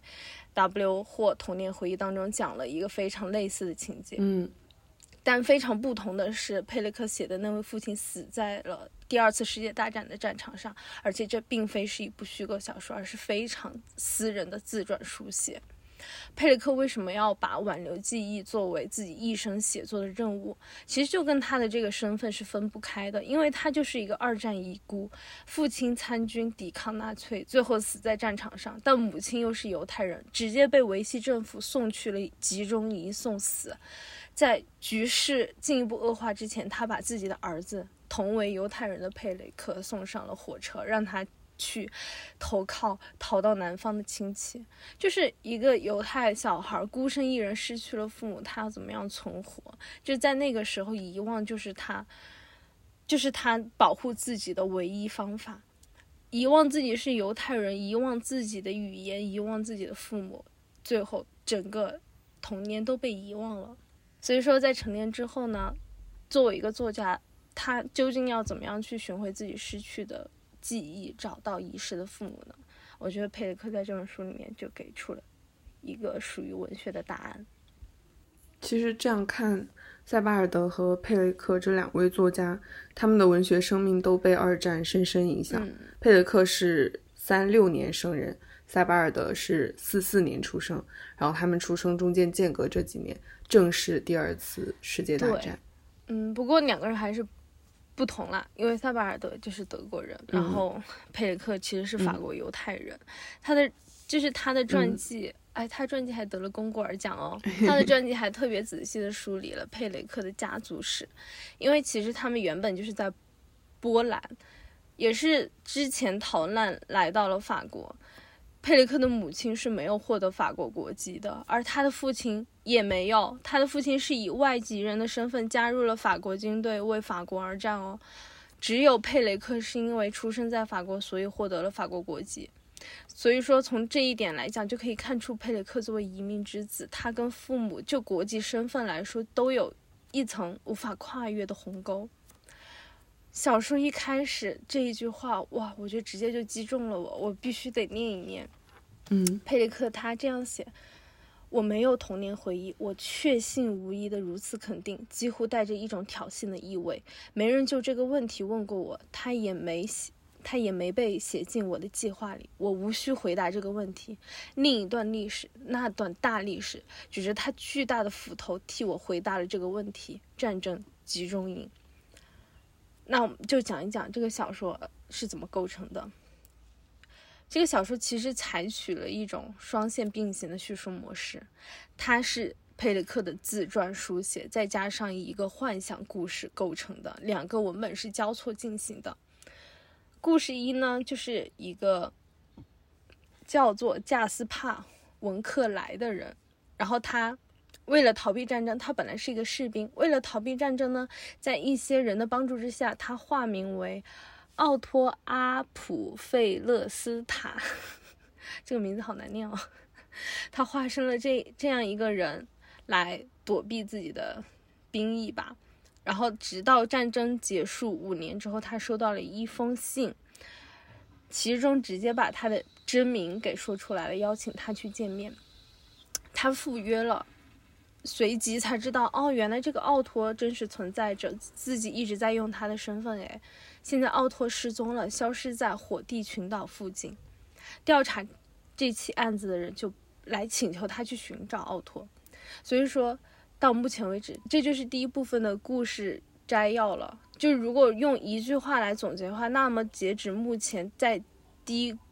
W 或童年回忆当中讲了一个非常类似的情节。 嗯， 但非常不同的是，佩雷克写的那位父亲死在了第二次世界大战的战场上，而且这并非是一部虚构小说，而是非常私人的自传书写。佩雷克为什么要把挽留记忆作为自己一生写作的任务？其实就跟他的这个身份是分不开的，因为他就是一个二战遗孤，父亲参军抵抗纳粹，最后死在战场上，但母亲又是犹太人，直接被维希政府送去了集中营送死。在局势进一步恶化之前，他把自己的儿子同为犹太人的佩雷克送上了火车，让他去投靠逃到南方的亲戚。就是一个犹太小孩孤身一人失去了父母，他要怎么样存活？就在那个时候，遗忘就是他就是他保护自己的唯一方法。遗忘自己是犹太人，遗忘自己的语言，遗忘自己的父母，最后整个童年都被遗忘了。所以说在成年之后呢，作为一个作家，他究竟要怎么样去寻回自己失去的记忆，找到遗失的父母呢？我觉得佩雷克在这本书里面就给出了一个属于文学的答案。 其实这样看，塞巴尔德和佩雷克这两位作家，他们的文学生命都被二战深深影响。 嗯、 佩雷克是三六年生人，塞巴尔德是四四年出生，然后他们出生中间间隔这几年正是第二次世界大战。 嗯，不过两个人还是不同啦，因为塞巴尔德就是德国人，然后佩雷克其实是法国犹太人。嗯、他的就是他的传记、嗯、哎，他传记还得了龚古尔奖哦。他的传记还特别仔细的梳理了佩雷克的家族史，因为其实他们原本就是在波兰，也是之前逃难来到了法国。佩雷克的母亲是没有获得法国国籍的，而他的父亲也没有，他的父亲是以外籍人的身份加入了法国军队，为法国而战哦。只有佩雷克是因为出生在法国，所以获得了法国国籍。所以说从这一点来讲，就可以看出佩雷克作为移民之子，他跟父母就国籍身份来说都有一层无法跨越的鸿沟。小说一开始这一句话，哇，我觉得直接就击中了我，我必须得念一念。 嗯， 佩雷克他这样写：我没有童年回忆，我确信无疑的如此肯定，几乎带着一种挑衅的意味。没人就这个问题问过我，他也没写，他也没被写进我的计划里，我无需回答这个问题。另一段历史，那段大历史，举着他巨大的斧头替我回答了这个问题：战争、集中营。那我们就讲一讲这个小说是怎么构成的。这个小说其实采取了一种双线并行的叙述模式，它是佩雷克的自传书写，再加上一个幻想故事构成的，两个文本是交错进行的。故事一呢，就是一个叫做加斯帕文克莱的人，然后他为了逃避战争，他本来是一个士兵，为了逃避战争呢，在一些人的帮助之下，他化名为奥托阿普费勒斯塔，这个名字好难念哦。他化身了这这样一个人来躲避自己的兵役吧。然后直到战争结束五年之后，他收到了一封信，其中直接把他的真名给说出来了，邀请他去见面。他赴约了，随即才知道，哦，原来这个奥托真实存在着，自己一直在用他的身份诶。现在奥托失踪了，消失在火地群岛附近。调查这起案子的人就来请求他去寻找奥托。所以说到目前为止，这就是第一部分的故事摘要了。就如果用一句话来总结的话，那么截止目前在第一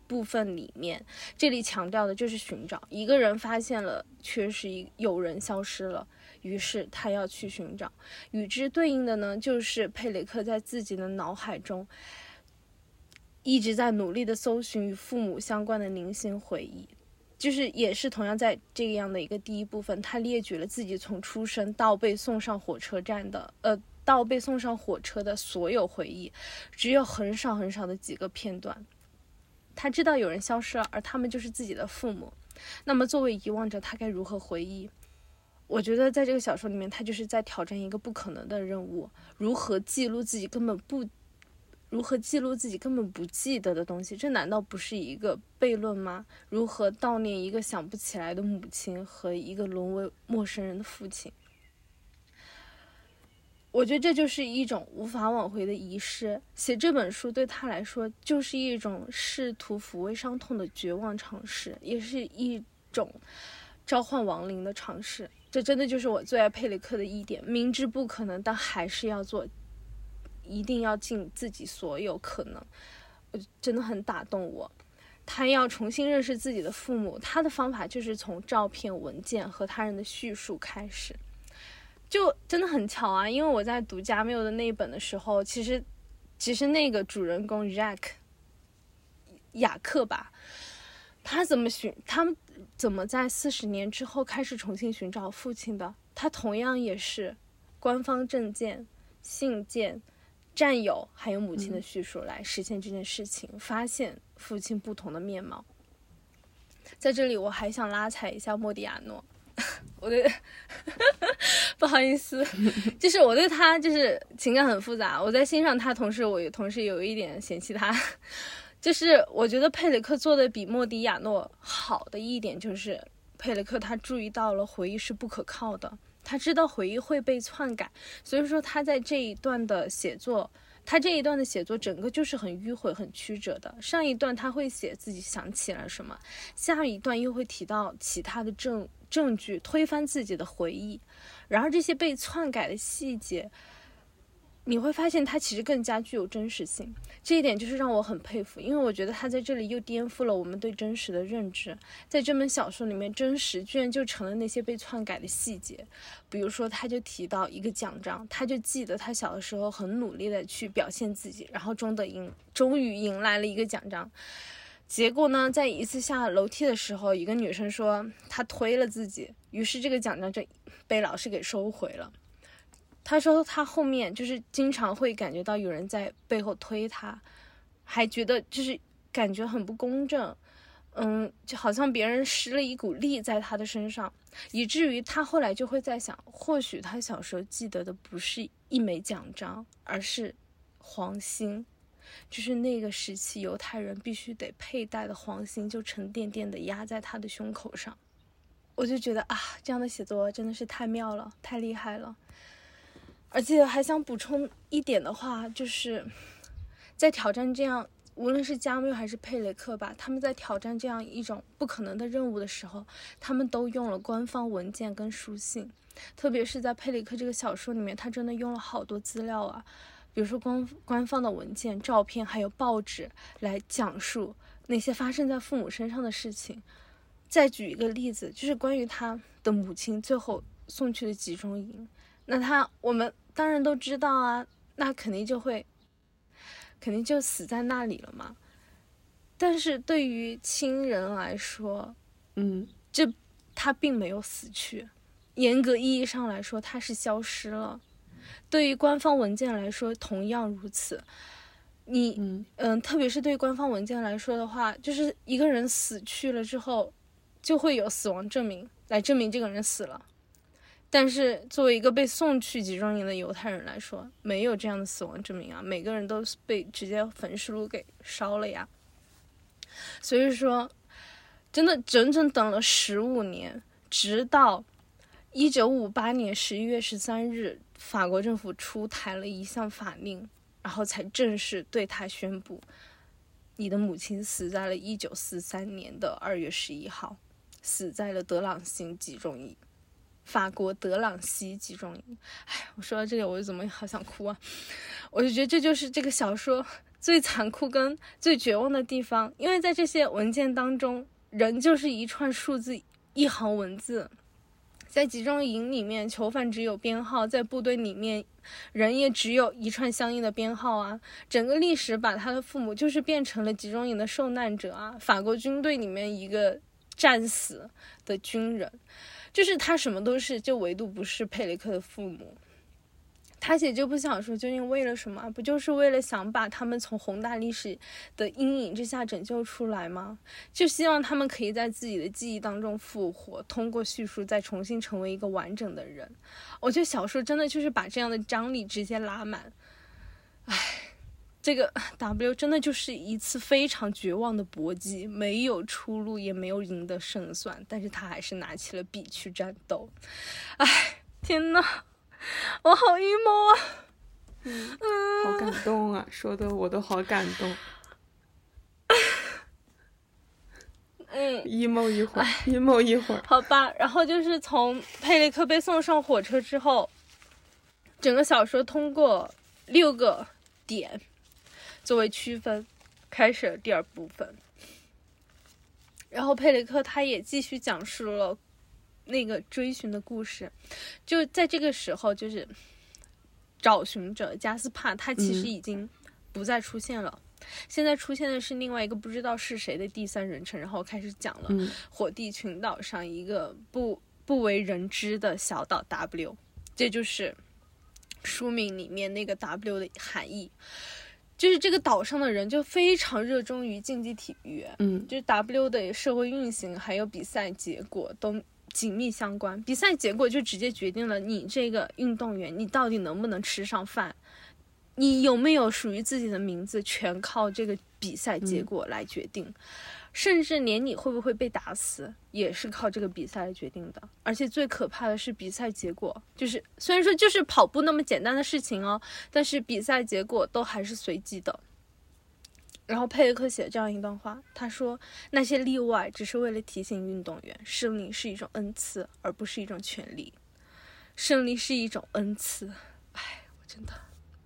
部分里面，这里强调的就是寻找。一个人发现了缺失，有人消失了，于是他要去寻找。与之对应的呢，就是佩雷克在自己的脑海中一直在努力的搜寻与父母相关的零星回忆，就是也是同样在这样的一个第一部分，他列举了自己从出生到被送上火车站的呃到被送上火车的所有回忆，只有很少很少的几个片段。他知道有人消失了，而他们就是自己的父母。那么作为遗忘者，他该如何回忆？我觉得在这个小说里面，他就是在挑战一个不可能的任务，如何记录自己根本不如何记录自己根本不记得的东西，这难道不是一个悖论吗？如何悼念一个想不起来的母亲和一个沦为陌生人的父亲？我觉得这就是一种无法挽回的仪式。写这本书对他来说就是一种试图抚慰伤痛的绝望尝试，也是一种召唤亡灵的尝试。这真的就是我最爱佩雷克的一点，明知不可能但还是要做，一定要尽自己所有可能。我真的很打动我。他要重新认识自己的父母，他的方法就是从照片、文件和他人的叙述开始。就真的很巧啊，因为我在读加缪的那一本的时候，其实其实那个主人公 Jack 雅克吧，他怎么寻他们怎么在四十年之后开始重新寻找父亲的？他同样也是官方证件、信件、战友还有母亲的叙述来实现这件事情，嗯、发现父亲不同的面貌。在这里我还想拉踩一下莫迪亚诺。我对不好意思，就是我对他就是情感很复杂，我在欣赏他同时我也同时有一点嫌弃他。就是我觉得佩雷克做的比莫迪亚诺好的一点就是佩雷克他注意到了回忆是不可靠的，他知道回忆会被篡改，所以说他在这一段的写作他这一段的写作整个就是很迂回很曲折的。上一段他会写自己想起了什么，下一段又会提到其他的证证据推翻自己的回忆，然而这些被篡改的细节你会发现它其实更加具有真实性，这一点就是让我很佩服，因为我觉得他在这里又颠覆了我们对真实的认知。在这本小说里面，真实居然就成了那些被篡改的细节。比如说他就提到一个奖章，他就记得他小的时候很努力的去表现自己，然后终得赢终于迎来了一个奖章。结果呢，在一次下楼梯的时候，一个女生说她推了自己，于是这个奖章就被老师给收回了。他说他后面就是经常会感觉到有人在背后推他，还觉得就是感觉很不公正，嗯，就好像别人施了一股力在他的身上，以至于他后来就会在想，或许他小时候记得的不是一枚奖章，而是黄金，就是那个时期犹太人必须得佩戴的黄金，就沉甸甸的压在他的胸口上。我就觉得啊，这样的写作真的是太妙了，太厉害了。而且还想补充一点的话，就是在挑战这样，无论是加缪还是佩雷克吧，他们在挑战这样一种不可能的任务的时候，他们都用了官方文件跟书信。特别是在佩雷克这个小说里面，他真的用了好多资料啊，比如说官官方的文件、照片还有报纸来讲述那些发生在父母身上的事情。再举一个例子，就是关于他的母亲最后送去的集中营，那他我们当然都知道啊，那肯定就会肯定就死在那里了嘛。但是对于亲人来说， 嗯， 这他并没有死去，严格意义上来说他是消失了。对于官方文件来说同样如此。你嗯、呃、特别是对于官方文件来说的话，就是一个人死去了之后就会有死亡证明来证明这个人死了，但是作为一个被送去集中营的犹太人来说，没有这样的死亡证明啊，每个人都被直接焚尸炉给烧了呀。所以说真的整整等了十五年，直到一九五八年十一月十三日，法国政府出台了一项法令，然后才正式对他宣布，你的母亲死在了一九四三年的二月十一号，死在了德朗西集中营，法国德朗西集中营。哎，我说到这里我就怎么好想哭啊！我就觉得这就是这个小说最残酷跟最绝望的地方，因为在这些文件当中，人就是一串数字，一行文字。在集中营里面，囚犯只有编号；在部队里面，人也只有一串相应的编号啊。整个历史把他的父母就是变成了集中营的受难者啊。法国军队里面一个战死的军人，就是他什么都是，就唯独不是佩雷克的父母。他写这部小说究竟为了什么？不就是为了想把他们从宏大历史的阴影之下拯救出来吗？就希望他们可以在自己的记忆当中复活，通过叙述再重新成为一个完整的人。我觉得小说真的就是把这样的张力直接拉满。唉，这个 W 真的就是一次非常绝望的搏击，没有出路，也没有赢得胜算，但是他还是拿起了笔去战斗。唉，天哪！我好 emo 啊， 嗯，好感动啊，说的我都好感动。嗯 emo 一会儿 emo 一会儿， 好吧。然后就是从佩雷克被送上火车之后，整个小说通过六个点作为区分，开始了第二部分。然后佩雷克他也继续讲述了那个追寻的故事。就在这个时候，就是找寻者加斯帕他其实已经不再出现了、嗯、现在出现的是另外一个不知道是谁的第三人称，然后开始讲了火地群岛上一个不不为人知的小岛 W， 这就是书名里面那个 W 的含义。就是这个岛上的人就非常热衷于竞技体育， 嗯， 就是 W 的社会运行还有比赛结果都紧密相关。比赛结果就直接决定了你这个运动员你到底能不能吃上饭，你有没有属于自己的名字，全靠这个比赛结果来决定、嗯、甚至连你会不会被打死也是靠这个比赛来决定的。而且最可怕的是比赛结果，就是虽然说就是跑步那么简单的事情哦，但是比赛结果都还是随机的。然后佩雷克写这样一段话，他说那些例外只是为了提醒运动员，胜利是一种恩赐而不是一种权利，胜利是一种恩赐。哎，我真的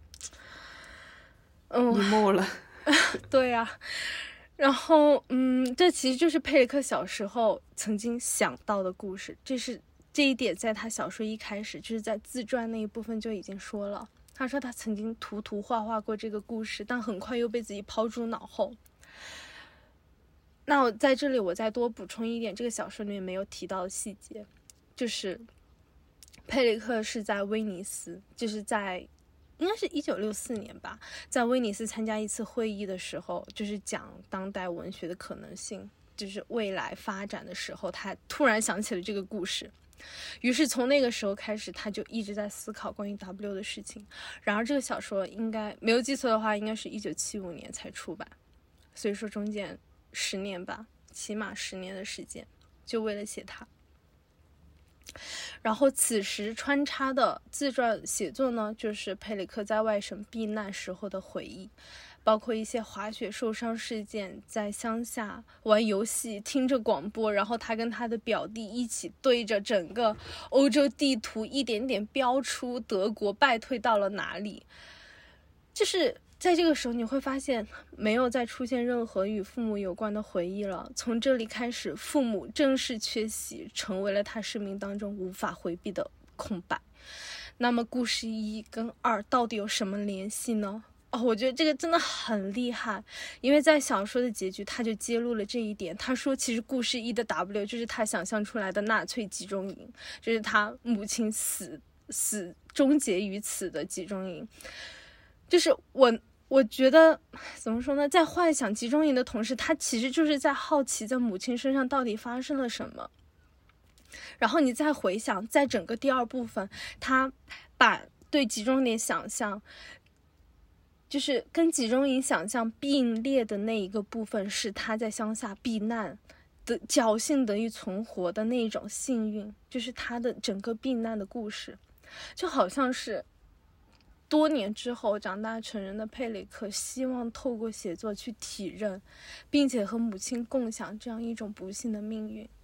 嗯 emo 了对啊。然后嗯，这其实就是佩雷克小时候曾经想到的故事，这是这一点在他小说一开始就是在自传那一部分就已经说了。他说他曾经涂涂画画过这个故事，但很快又被自己抛诸脑后。那我在这里我再多补充一点这个小说里面没有提到的细节，就是佩雷克是在威尼斯，就是在应该是一九六四年吧，在威尼斯参加一次会议的时候，就是讲当代文学的可能性，就是未来发展的时候，他突然想起了这个故事。于是从那个时候开始，他就一直在思考关于 W 的事情。然而这个小说应该没有记错的话，应该是一九七五年才出版，所以说中间十年吧，起码十年的时间，就为了写它。然后此时穿插的自传写作呢，就是佩雷克在外省避难时候的回忆，包括一些滑雪受伤事件，在乡下玩游戏听着广播，然后他跟他的表弟一起对着整个欧洲地图一点点标出德国败退到了哪里。就是在这个时候你会发现没有再出现任何与父母有关的回忆了，从这里开始父母正式缺席，成为了他生命当中无法回避的空白。那么故事一跟二到底有什么联系呢？哦，我觉得这个真的很厉害，因为在小说的结局他就揭露了这一点。他说其实故事一的 W 就是他想象出来的纳粹集中营，就是他母亲死死终结于此的集中营。就是我我觉得怎么说呢，在幻想集中营的同时，他其实就是在好奇在母亲身上到底发生了什么。然后你再回想在整个第二部分，他把对集中营想象就是跟集中营想象并列的那一个部分，是他在乡下避难的侥幸得以存活的那种幸运，就是他的整个避难的故事，就好像是多年之后长大成人的佩雷克希望透过写作去体认并且和母亲共享这样一种不幸的命运。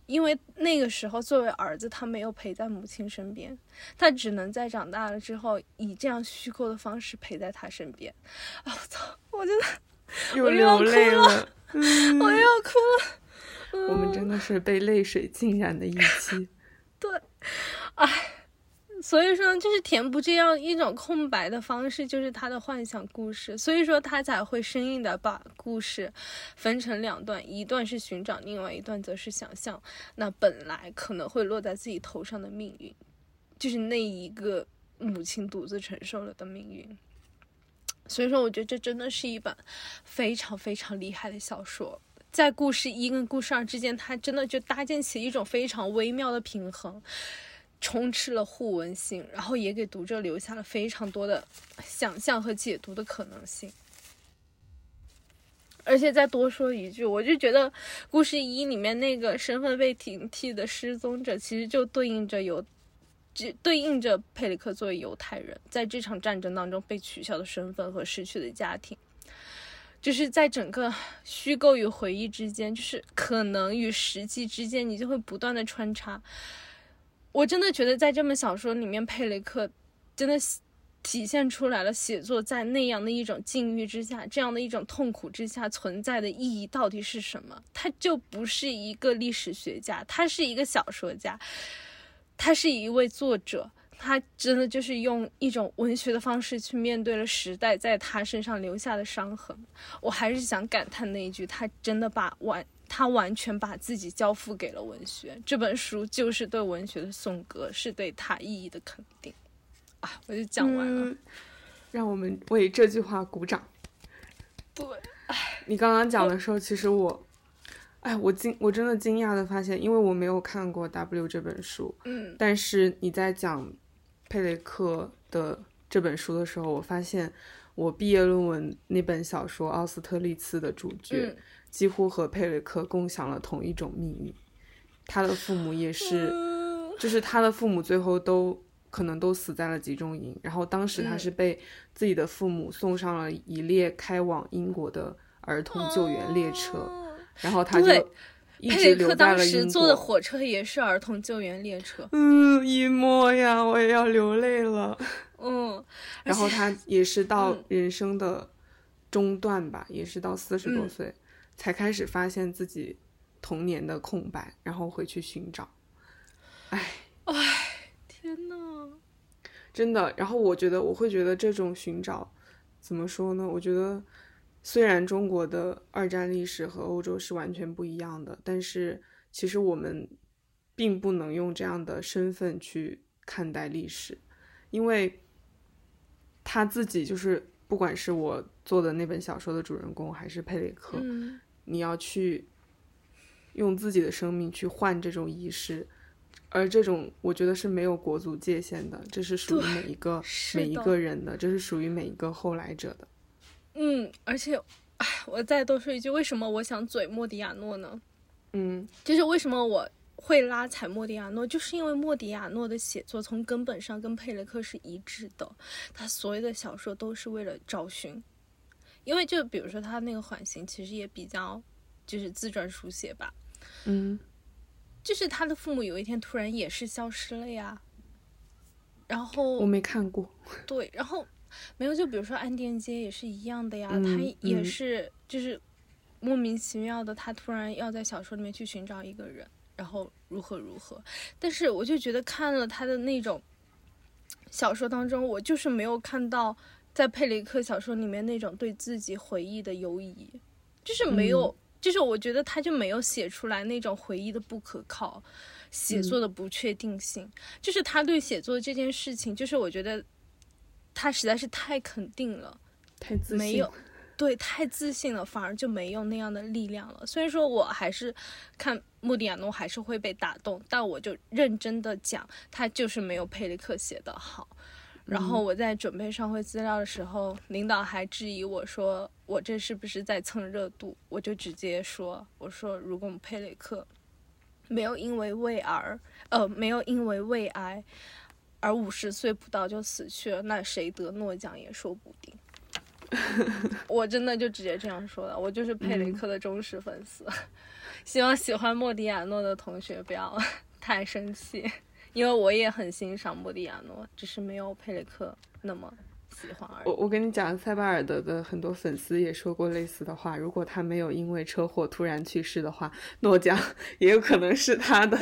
因为那个时候作为儿子他没有陪在母亲身边，他只能在长大了之后以这样虚构的方式陪在他身边。啊，我操，我真的又流泪了， 嗯、我又要哭了、 嗯、我们真的是被泪水浸染的一期。 对，哎，所以说就是填补这样一种空白的方式，就是他的幻想故事，所以说他才会生硬的把故事分成两段，一段是寻找，另外一段则是想象那本来可能会落在自己头上的命运，就是那一个母亲独自承受了的命运。所以说我觉得这真的是一本非常非常厉害的小说，在故事一跟故事二之间，它真的就搭建起一种非常微妙的平衡，充斥了互文性，然后也给读者留下了非常多的想象和解读的可能性。而且再多说一句，我就觉得故事一里面那个身份被顶替的失踪者，其实就对应着犹对应着佩里克作为犹太人在这场战争当中被取消的身份和失去的家庭，就是在整个虚构与回忆之间，就是可能与实际之间，你就会不断的穿插。我真的觉得在这本小说里面，佩雷克真的体现出来了写作在那样的一种境遇之下，这样的一种痛苦之下存在的意义到底是什么。他就不是一个历史学家，他是一个小说家，他是一位作者，他真的就是用一种文学的方式去面对了时代在他身上留下的伤痕。我还是想感叹那一句，他真的把完他完全把自己交付给了文学，这本书就是对文学的颂歌，是对他意义的肯定啊！我就讲完了、嗯、 让我们为这句话鼓掌。 对， 你刚刚讲的时候，其实我哎，我惊，我真的惊讶的发现，因为我没有看过 W 这本书， 嗯， 但是你在讲佩雷克的这本书的时候，我发现我毕业论文那本小说《奥斯特利茨》的主角、嗯、几乎和佩雷克共享了同一种命运，他的父母也是、嗯、就是他的父母最后都可能都死在了集中营，然后当时他是被自己的父母送上了一列开往英国的儿童救援列车、嗯，然后他就一直留在了英国。佩雷克当时坐的火车也是儿童救援列车。 嗯，一模呀，我也要流泪了。 嗯， 然后他也是到人生的中段吧，嗯、也是到四十多岁、嗯、才开始发现自己童年的空白，然后回去寻找。哎， 哎，天哪， 真的。然后我觉得，我会觉得这种寻找，怎么说呢？我觉得。虽然中国的二战历史和欧洲是完全不一样的，但是其实我们并不能用这样的身份去看待历史，因为他自己就是不管是我做的那本小说的主人公还是佩雷克、 嗯、 你要去用自己的生命去换这种仪式，而这种我觉得是没有国族界限的，这是属于每一个每一个人的，这是属于每一个后来者的。 嗯，而且，哎，我再多说一句，为什么我想嘴莫迪亚诺呢？ 嗯， 就是为什么我会拉踩莫迪亚诺，就是因为莫迪亚诺的写作从根本上跟佩雷克是一致的，他所有的小说都是为了找寻。因为就比如说他那个缓刑，其实也比较就是自传书写吧。 嗯， 就是他的父母有一天突然也是消失了呀。然后我没看过。 对，然后。没有，就比如说安甸街也是一样的呀、 嗯、 他也是就是莫名其妙的，他突然要在小说里面去寻找一个人，然后如何如何。但是我就觉得看了他的那种小说当中，我就是没有看到在佩雷克小说里面那种对自己回忆的犹疑，就是没有、嗯、就是我觉得他就没有写出来那种回忆的不可靠，写作的不确定性、嗯、就是他对写作这件事情，就是我觉得他实在是太肯定了， 太自信， 没有，对，太自信了，反而就没有那样的力量了。虽然说我还是看莫迪亚诺还是会被打动，但我就认真的讲，他就是没有佩雷克写的好。然后我在准备上会资料的时候、嗯、领导还质疑我说我这是不是在蹭热度，我就直接说，我说如果我们佩雷克没有因为胃癌呃没有因为胃癌而五十岁不到就死去了，那谁得诺奖也说不定。 我真的就直接这样说的，我就是佩雷克的忠实粉丝、嗯、希望喜欢莫迪亚诺的同学不要太生气，因为我也很欣赏莫迪亚诺，只是没有佩雷克那么喜欢而已。 我我跟你讲，塞巴尔德的很多粉丝也说过类似的话，如果他没有因为车祸突然去世的话，诺奖也有可能是他的。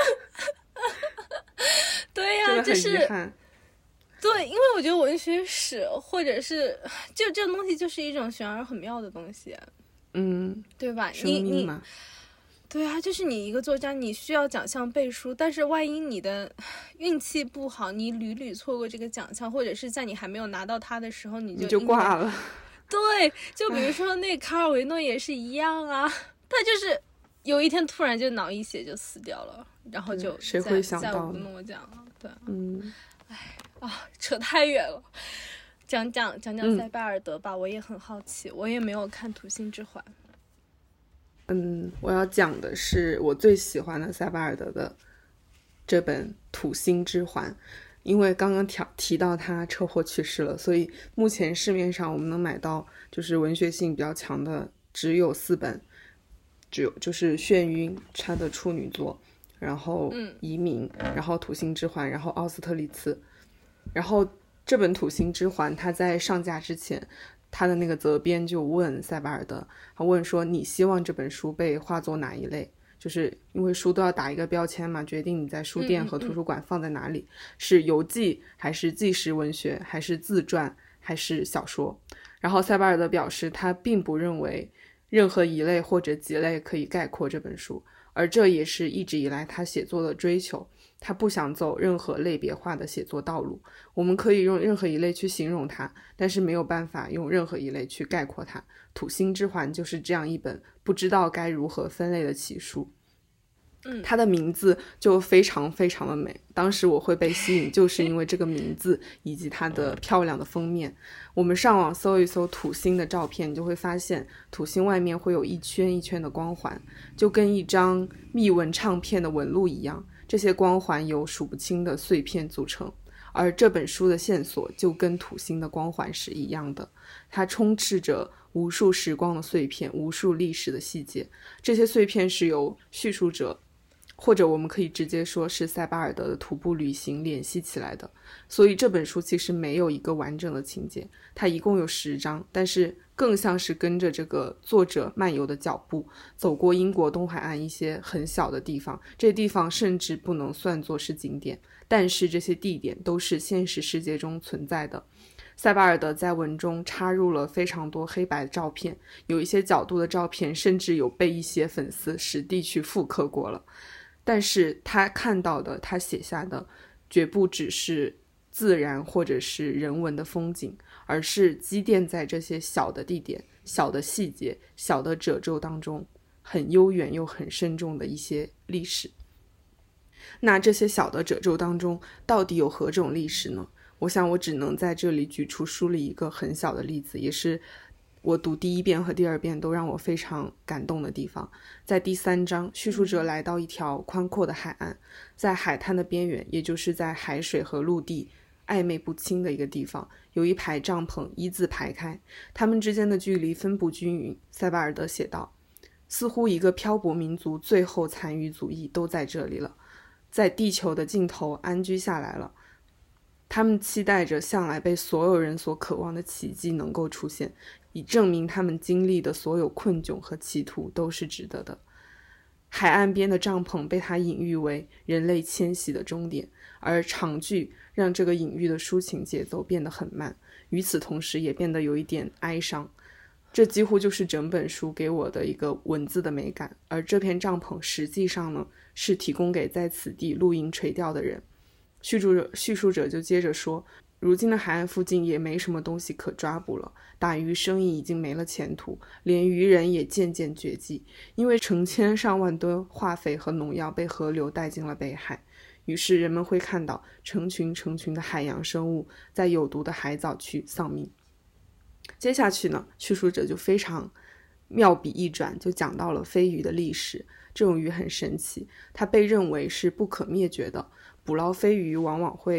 对呀、啊，就是遗憾。 对，因为我觉得文学史或者是就这种东西就是一种玄而很妙的东西， 嗯， 对吧？ 生命嘛， 对啊，就是你一个作家，你需要奖项背书，但是万一你的运气不好，你屡屡错过这个奖项，或者是在你还没有拿到它的时候，你就你就挂了。 对，就比如说那卡尔维诺也是一样啊，他就是有一天突然就脑溢血就死掉了，然后就谁会想到再无诺奖了，对， 嗯， 哎啊，扯太远了。讲讲讲讲塞巴尔德吧、嗯，我也很好奇，我也没有看《土星之环》。 嗯，我要讲的是我最喜欢的塞巴尔德的这本《土星之环》，因为刚刚提提到他车祸去世了，所以目前市面上我们能买到就是文学性比较强的只有四本，只有就是《眩晕》他的处女作，然后《移民》嗯，然后《土星之环》，然后《奥斯特利茨》。然后这本《土星之环》它在上架之前，他的那个责编就问塞巴尔德，他问说你希望这本书被划作哪一类，就是因为书都要打一个标签嘛，决定你在书店和图书馆放在哪里，嗯嗯嗯，是游记还是纪实文学还是自传还是小说。然后塞巴尔德表示他并不认为任何一类或者几类可以概括这本书，而这也是一直以来他写作的追求，他不想走任何类别化的写作道路。我们可以用任何一类去形容它，但是没有办法用任何一类去概括它。土星之环就是这样一本不知道该如何分类的奇书。嗯，它的名字就非常非常的美，当时我会被吸引就是因为这个名字以及它的漂亮的封面。我们上网搜一搜土星的照片，你就会发现土星外面会有一圈一圈的光环，就跟一张密纹唱片的纹路一样，这些光环由数不清的碎片组成。而这本书的线索就跟土星的光环是一样的，它充斥着无数时光的碎片，无数历史的细节。这些碎片是由叙述者，或者我们可以直接说是塞巴尔德的徒步旅行联系起来的。所以这本书其实没有一个完整的情节，它一共有十章，但是更像是跟着这个作者漫游的脚步，走过英国东海岸一些很小的地方，这些地方甚至不能算作是景点，但是这些地点都是现实世界中存在的。塞巴尔德在文中插入了非常多黑白照片，有一些角度的照片甚至有被一些粉丝实地去复刻过了。但是他看到的，他写下的绝不只是自然或者是人文的风景，而是积淀在这些小的地点、小的细节、小的褶皱当中很悠远又很深重的一些历史。那这些小的褶皱当中到底有何种历史呢？我想我只能在这里举出书里一个很小的例子，也是我读第一遍和第二遍都让我非常感动的地方。在第三章，叙述者来到一条宽阔的海岸，在海滩的边缘，也就是在海水和陆地暧昧不清的一个地方，有一排帐篷一字排开，它们之间的距离分布均匀。塞巴尔德写道，似乎一个漂泊民族最后残余足迹都在这里了，在地球的尽头安居下来了。他们期待着向来被所有人所渴望的奇迹能够出现，以证明他们经历的所有困窘和歧途都是值得的。海岸边的帐篷被他隐喻为人类迁徙的终点，而长句让这个隐喻的抒情节奏变得很慢，与此同时也变得有一点哀伤。这几乎就是整本书给我的一个文字的美感。而这片帐篷实际上呢，是提供给在此地露营垂钓的人。叙述者叙述者就接着说，如今的海岸附近也没什么东西可抓捕了，打鱼生意已经没了前途，连渔人也渐渐绝迹，因为成千上万吨化肥和农药被河流带进了北海。于是人们会看到成群成群的海洋生物在有毒的海藻区丧命。接下去呢，叙述者就非常妙笔一转，就讲到了飞鱼的历史。这种鱼很神奇，它被认为是不可灭绝的，捕捞飞鱼往往会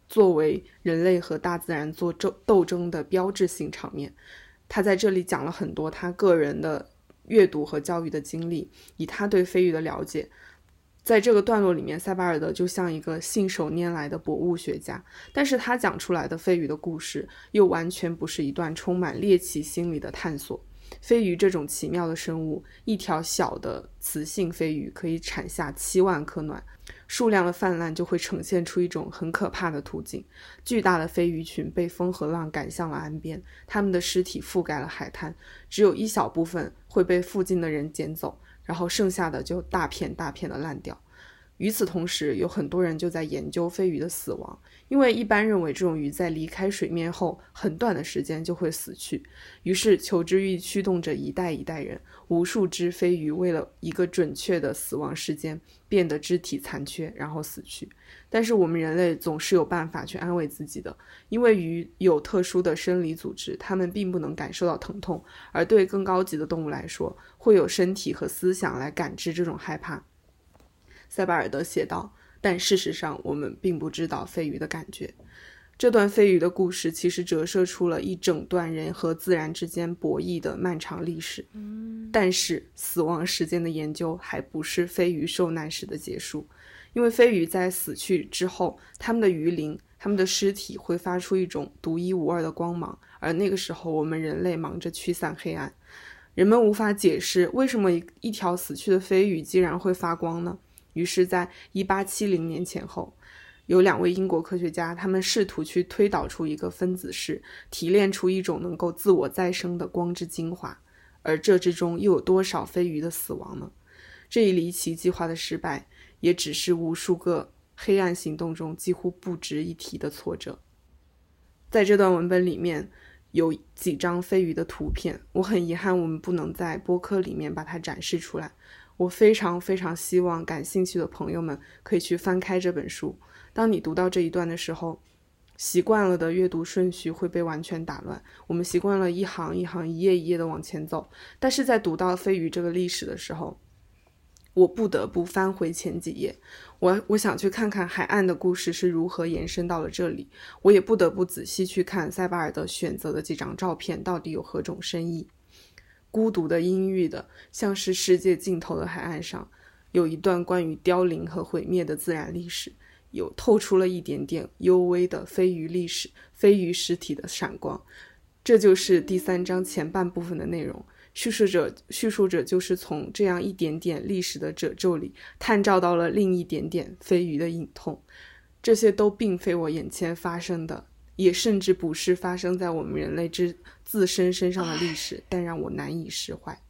作为人类和大自然做斗争的标志性场面。他在这里讲了很多他个人的阅读和教育的经历，以他对飞鱼的了解。在这个段落里面，塞巴尔德就像一个信手拈来的博物学家，但是他讲出来的飞鱼的故事又完全不是一段充满猎奇心理的探索。飞鱼这种奇妙的生物，一条小的雌性飞鱼可以产下七万颗卵，数量的泛滥就会呈现出一种很可怕的图景。巨大的飞鱼群被风和浪赶向了岸边，它们的尸体覆盖了海滩，只有一小部分会被附近的人捡走，然后剩下的就大片大片的烂掉。与此同时，有很多人就在研究飞鱼的死亡，因为一般认为这种鱼在离开水面后很短的时间就会死去，于是求知欲驱动着一代一代人，无数只飞鱼为了一个准确的死亡时间变得肢体残缺，然后死去。但是我们人类总是有办法去安慰自己的，因为鱼有特殊的生理组织，它们并不能感受到疼痛，而对更高级的动物来说，会有身体和思想来感知这种害怕。塞巴尔德写道，但事实上我们并不知道飞鱼的感觉。这段飞鱼的故事其实折射出了一整段人和自然之间博弈的漫长历史。但是死亡时间的研究还不是飞鱼受难时的结束，因为飞鱼在死去之后，它们的鱼鳞、它们的尸体会发出一种独一无二的光芒，而那个时候我们人类忙着驱散黑暗。人们无法解释为什么一条死去的飞鱼竟然会发光呢？于是在一八七零年前后，有两位英国科学家，他们试图去推导出一个分子式，提炼出一种能够自我再生的光之精华。而这之中又有多少飞鱼的死亡呢？这一离奇计划的失败，也只是无数个黑暗行动中几乎不值一提的挫折。在这段文本里面有几张飞鱼的图片，我很遗憾我们不能在播客里面把它展示出来。我非常非常希望感兴趣的朋友们可以去翻开这本书。当你读到这一段的时候，习惯了的阅读顺序会被完全打乱，我们习惯了一行一行一页一页的往前走，但是在读到飞鱼这个历史的时候，我不得不翻回前几页，我我想去看看海岸的故事是如何延伸到了这里，我也不得不仔细去看塞巴尔德选择的几张照片到底有何种深意。孤独的阴郁的像是世界尽头的海岸上，有一段关于凋零和毁灭的自然历史，有透出了一点点幽微的飞鱼历史，飞鱼实体的闪光。这就是第三章前半部分的内容，叙述者叙述者就是从这样一点点历史的褶皱里探照到了另一点点飞鱼的隐痛。这些都并非我眼前发生的，也甚至不是发生在我们人类之自身身上的历史，但让我难以释怀。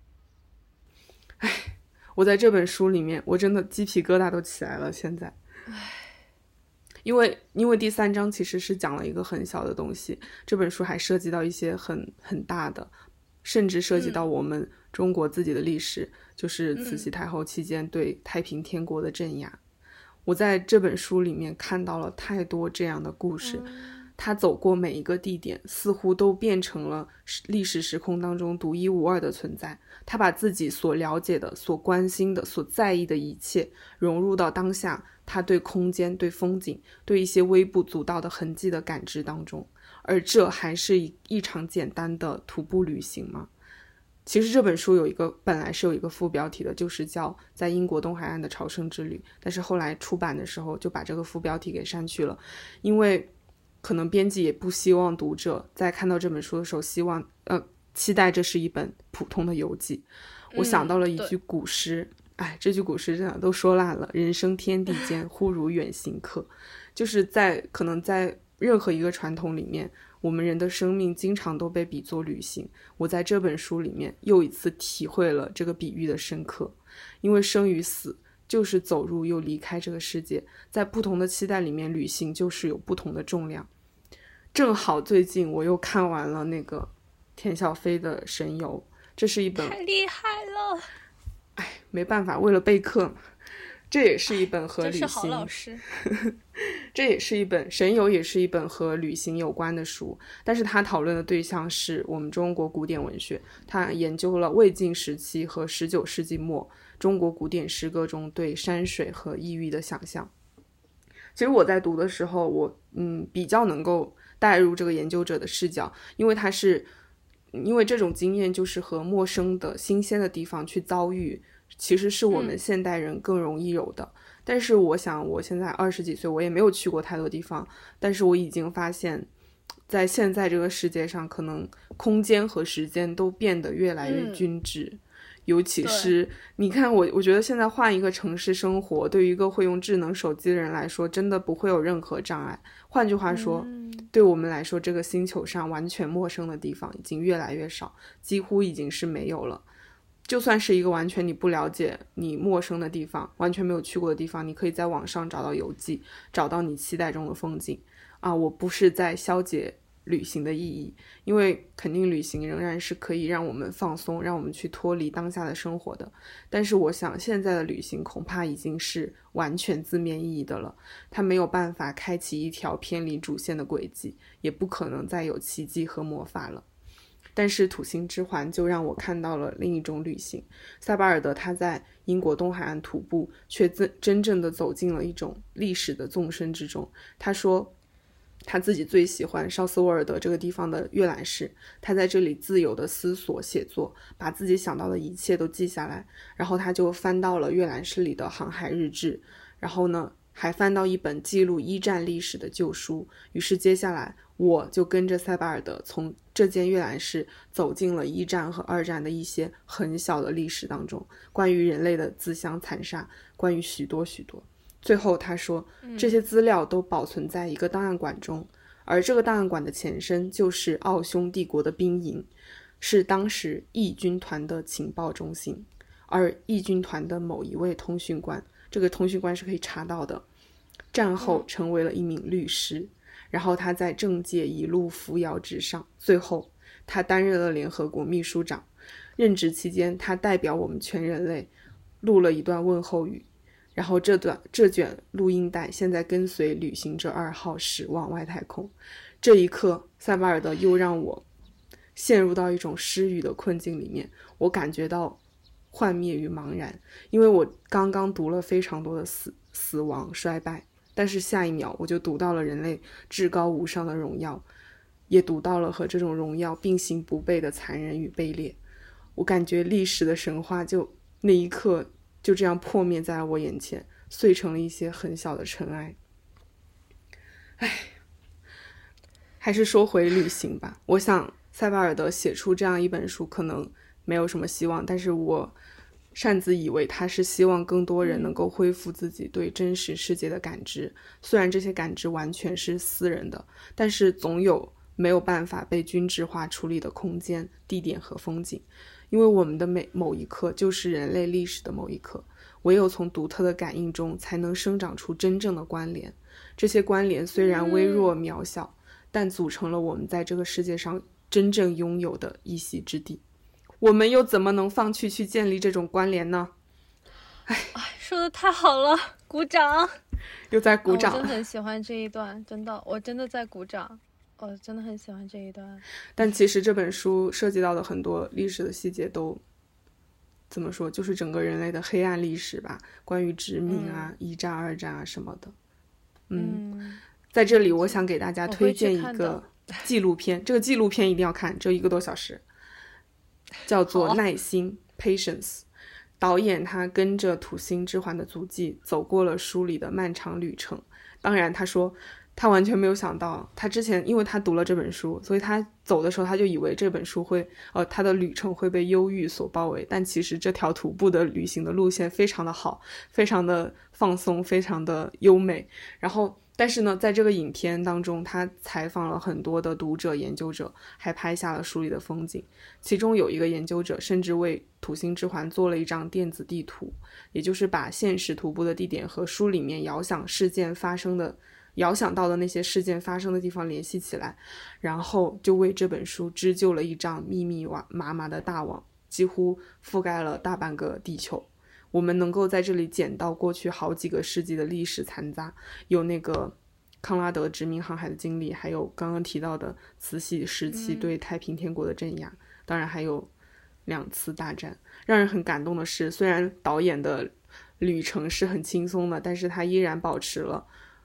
唉，我在这本书里面，我真的鸡皮疙瘩都起来了。现在，因为因为第三章其实是讲了一个很小的东西，这本书还涉及到一些很很大的，甚至涉及到我们中国自己的历史，嗯、就是慈禧太后期间对太平天国的镇压。我在这本书里面看到了太多这样的故事。嗯他走过每一个地点，似乎都变成了历史时空当中独一无二的存在。他把自己所了解的、所关心的、所在意的一切融入到当下他对空间、对风景、对一些微不足道的痕迹的感知当中。而这还是一一场简单的徒步旅行吗？其实这本书有一个本来是有一个副标题的，就是叫在英国东海岸的朝圣之旅，但是后来出版的时候就把这个副标题给删去了，因为可能编辑也不希望读者在看到这本书的时候希望呃期待这是一本普通的游记。我想到了一句古诗，哎、嗯，这句古诗真的都说烂了，人生天地间，忽如远行客。就是在可能在任何一个传统里面，我们人的生命经常都被比作旅行。我在这本书里面又一次体会了这个比喻的深刻，因为生与死就是走入又离开这个世界，在不同的期待里面旅行就是有不同的重量。正好最近我又看完了那个田小飞的神游，这是一本太厉害了， 哎，没办法，为了备课嘛。这也是一本和旅行， 这是好老师这也是一本神游，也是一本和旅行有关的书，但是他讨论的对象是我们中国古典文学，他研究了魏晋时期和十九世纪末中国古典诗歌中对山水和异域的想象。 其实我在读的时候，我嗯比较能够带入这个研究者的视角，因为他是因为这种经验就是和陌生的新鲜的地方去遭遇，其实是我们现代人更容易有的、嗯、但是我想我现在二十几岁，我也没有去过太多地方，但是我已经发现在现在这个世界上，可能空间和时间都变得越来越均质、嗯、尤其是你看我我觉得现在换一个城市生活，对于一个会用智能手机的人来说真的不会有任何障碍。换句话说、嗯、对我们来说，这个星球上完全陌生的地方已经越来越少，几乎已经是没有了。就算是一个完全你不了解你陌生的地方，完全没有去过的地方，你可以在网上找到游记，找到你期待中的风景啊！我不是在消解旅行的意义，因为肯定旅行仍然是可以让我们放松，让我们去脱离当下的生活的。但是我想现在的旅行恐怕已经是完全字面意义的了，它没有办法开启一条偏离主线的轨迹，也不可能再有奇迹和魔法了。但是土星之环就让我看到了另一种旅行，塞巴尔德他在英国东海岸徒步，却真正的走进了一种历史的纵深之中。他说他自己最喜欢绍斯沃尔德这个地方的阅览室，他在这里自由的思索写作，把自己想到的一切都记下来，然后他就翻到了阅览室里的航海日志，然后呢还翻到一本记录一战历史的旧书。于是接下来我就跟着塞巴尔德从这间阅览室走进了一战和二战的一些很小的历史当中，关于人类的自相残杀，关于许多许多。最后他说这些资料都保存在一个档案馆中，而这个档案馆的前身就是奥匈帝国的兵营，是当时义军团的情报中心，而义军团的某一位通讯官，这个通讯官是可以查到的，战后成为了一名律师，然后他在政界一路扶摇直上，最后他担任了联合国秘书长。任职期间他代表我们全人类录了一段问候语，然后这段这卷录音带现在跟随旅行者二号驶往外太空。这一刻塞巴尔德又让我陷入到一种失语的困境里面，我感觉到幻灭与茫然，因为我刚刚读了非常多的死死亡衰败，但是下一秒我就读到了人类至高无上的荣耀，也读到了和这种荣耀并行不悖的残忍与卑劣。我感觉历史的神话就那一刻就这样破灭在了我眼前，碎成了一些很小的尘埃。唉，还是说回旅行吧。我想塞巴尔德写出这样一本书可能没有什么希望，但是我擅自以为他是希望更多人能够恢复自己对真实世界的感知，虽然这些感知完全是私人的，但是总有没有办法被均质化处理的空间、地点和风景。因为我们的每某一刻就是人类历史的某一刻，唯有从独特的感应中才能生长出真正的关联。这些关联虽然微弱渺小、嗯、但组成了我们在这个世界上真正拥有的一席之地。我们又怎么能放弃去建立这种关联呢？唉， 说的太好了，鼓掌。 又在鼓掌、 哦、我真的很喜欢这一段，真的，我真的在鼓掌。我真的很喜欢这一段。 但其实这本书涉及到的很多历史的细节都怎么说，就是整个人类的黑暗历史吧，关于殖民啊、嗯、一战二战啊什么的。 嗯, 嗯在这里我想给大家推荐一个纪录片，这个纪录片一定要看，只有一个多小时，叫做耐心 Patience。 导演他跟着土星之环的足迹走过了书里的漫长旅程。当然他说他完全没有想到，他之前因为他读了这本书，所以他走的时候他就以为这本书会呃，他的旅程会被忧郁所包围，但其实这条徒步的旅行的路线非常的好，非常的放松，非常的优美。然后但是呢在这个影片当中他采访了很多的读者研究者，还拍下了书里的风景。其中有一个研究者甚至为土星之环做了一张电子地图，也就是把现实徒步的地点和书里面遥想事件发生的遥想到的那些事件发生的地方联系起来，然后就为这本书织就了一张密密麻麻的大网，几乎覆盖了大半个地球。我们能够在这里捡到过去好几个世纪的历史残渣，有那个康拉德殖民航海的经历，还有刚刚提到的慈禧时期对太平天国的镇压、嗯、当然还有两次大战。让人很感动的是，虽然导演的旅程是很轻松的，但是他依然保持了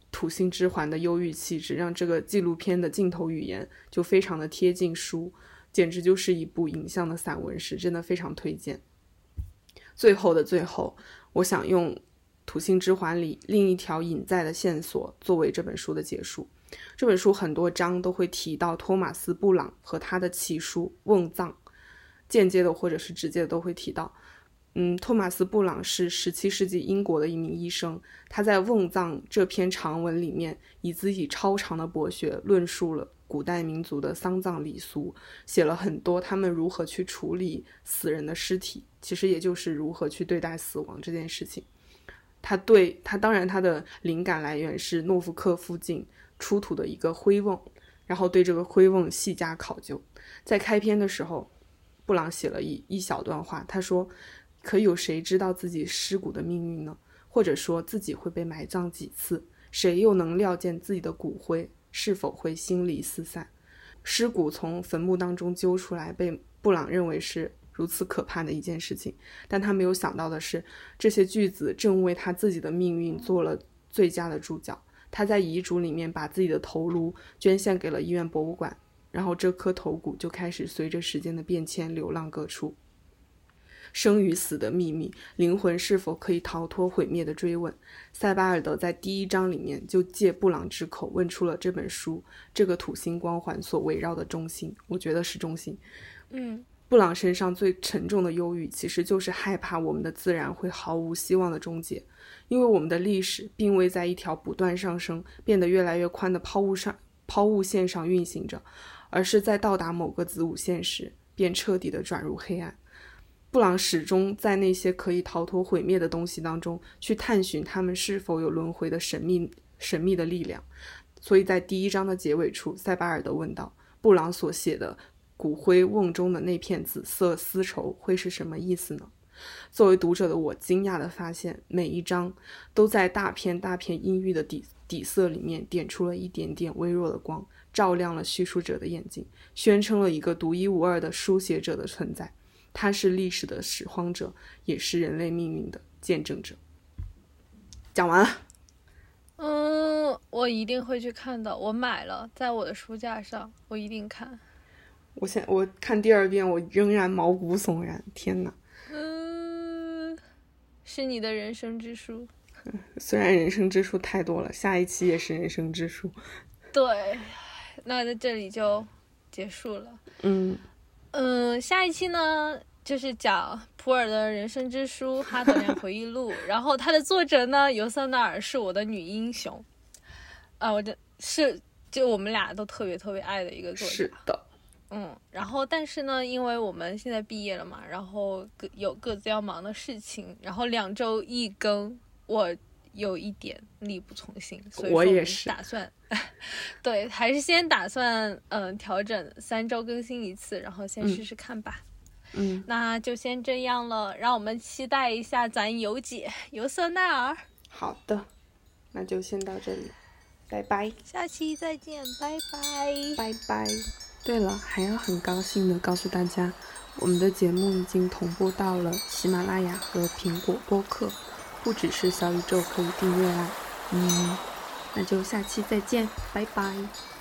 土星之环的忧郁气质，让这个纪录片的镜头语言就非常的贴近书，简直就是一部影像的散文诗，真的非常推荐。最后的最后，我想用土星之环里另一条隐在的线索作为这本书的结束。这本书很多章都会提到托马斯·布朗和他的奇书《瓮藏》，间接的或者是直接的都会提到。嗯，托马斯·布朗是十七世纪英国的一名医生，他在《瓮藏》这篇长文里面，以自己超长的博学论述了古代民族的丧葬礼俗，写了很多他们如何去处理死人的尸体，其实也就是如何去对待死亡这件事情。他对他当然他的灵感来源是诺福克附近出土的一个灰瓮，然后对这个灰瓮细加考究。在开篇的时候，布朗写了一一小段话，他说：可有谁知道自己尸骨的命运呢？或者说自己会被埋葬几次？谁又能料见自己的骨灰是否会心离四散？尸骨从坟墓当中揪出来，被布朗认为是如此可怕的一件事情，但他没有想到的是，这些句子正为他自己的命运做了最佳的注脚。他在遗嘱里面把自己的头颅捐献给了医院博物馆，然后这颗头骨就开始随着时间的变迁流浪各处。生与死的秘密，灵魂是否可以逃脱毁灭的追问，塞巴尔德在第一章里面就借布朗之口问出了这本书这个土星光环所围绕的中心，我觉得是中心。 嗯， 布朗身上最沉重的忧郁其实就是害怕我们的自然会毫无希望的终结，因为我们的历史并未在一条不断上升变得越来越宽的抛物上抛物线上运行着，而是在到达某个子午线时便彻底的转入黑暗。布朗始终在那些可以逃脱毁灭的东西当中去探寻他们是否有轮回的神秘神秘的力量，所以在第一章的结尾处，塞巴尔德问道，布朗所写的骨灰瓮中的那片紫色丝绸会是什么意思呢？作为读者的我惊讶地发现，每一章都在大片大片阴郁的 底, 底色里面点出了一点点微弱的光，照亮了叙述者的眼睛，宣称了一个独一无二的书写者的存在。他是历史的拾荒者，也是人类命运的见证者。讲完了。 嗯，我一定会去看的，我买了，在我的书架上，我一定看。 我现我看第二遍，我仍然毛骨悚然，天哪！ 嗯，是你的人生之书。 虽然人生之书太多了，下一期也是人生之书。 对，那在这里就结束了。 嗯嗯，下一期呢就是讲普洱的人生之书《哈德良回忆录》，然后它的作者呢尤瑟纳尔是我的女英雄啊，我就是就我们俩都特别特别爱的一个作者。 是的。 嗯，然后但是呢，因为我们现在毕业了嘛，然后各有各自要忙的事情，然后两周一更，我有一点力不从心，所以说我也是打算，对，还是先打算嗯调整三周更新一次，然后先试试看吧。 嗯， 那就先这样了，让我们期待一下咱尤姐尤瑟纳尔。 好的，那就先到这里，拜拜， 下期再见，拜拜， 拜拜。对了，还要很高兴的告诉大家，我们的节目已经同步到了喜马拉雅和苹果播客，不只是小宇宙可以订阅啦。嗯，那就下期再见，拜拜。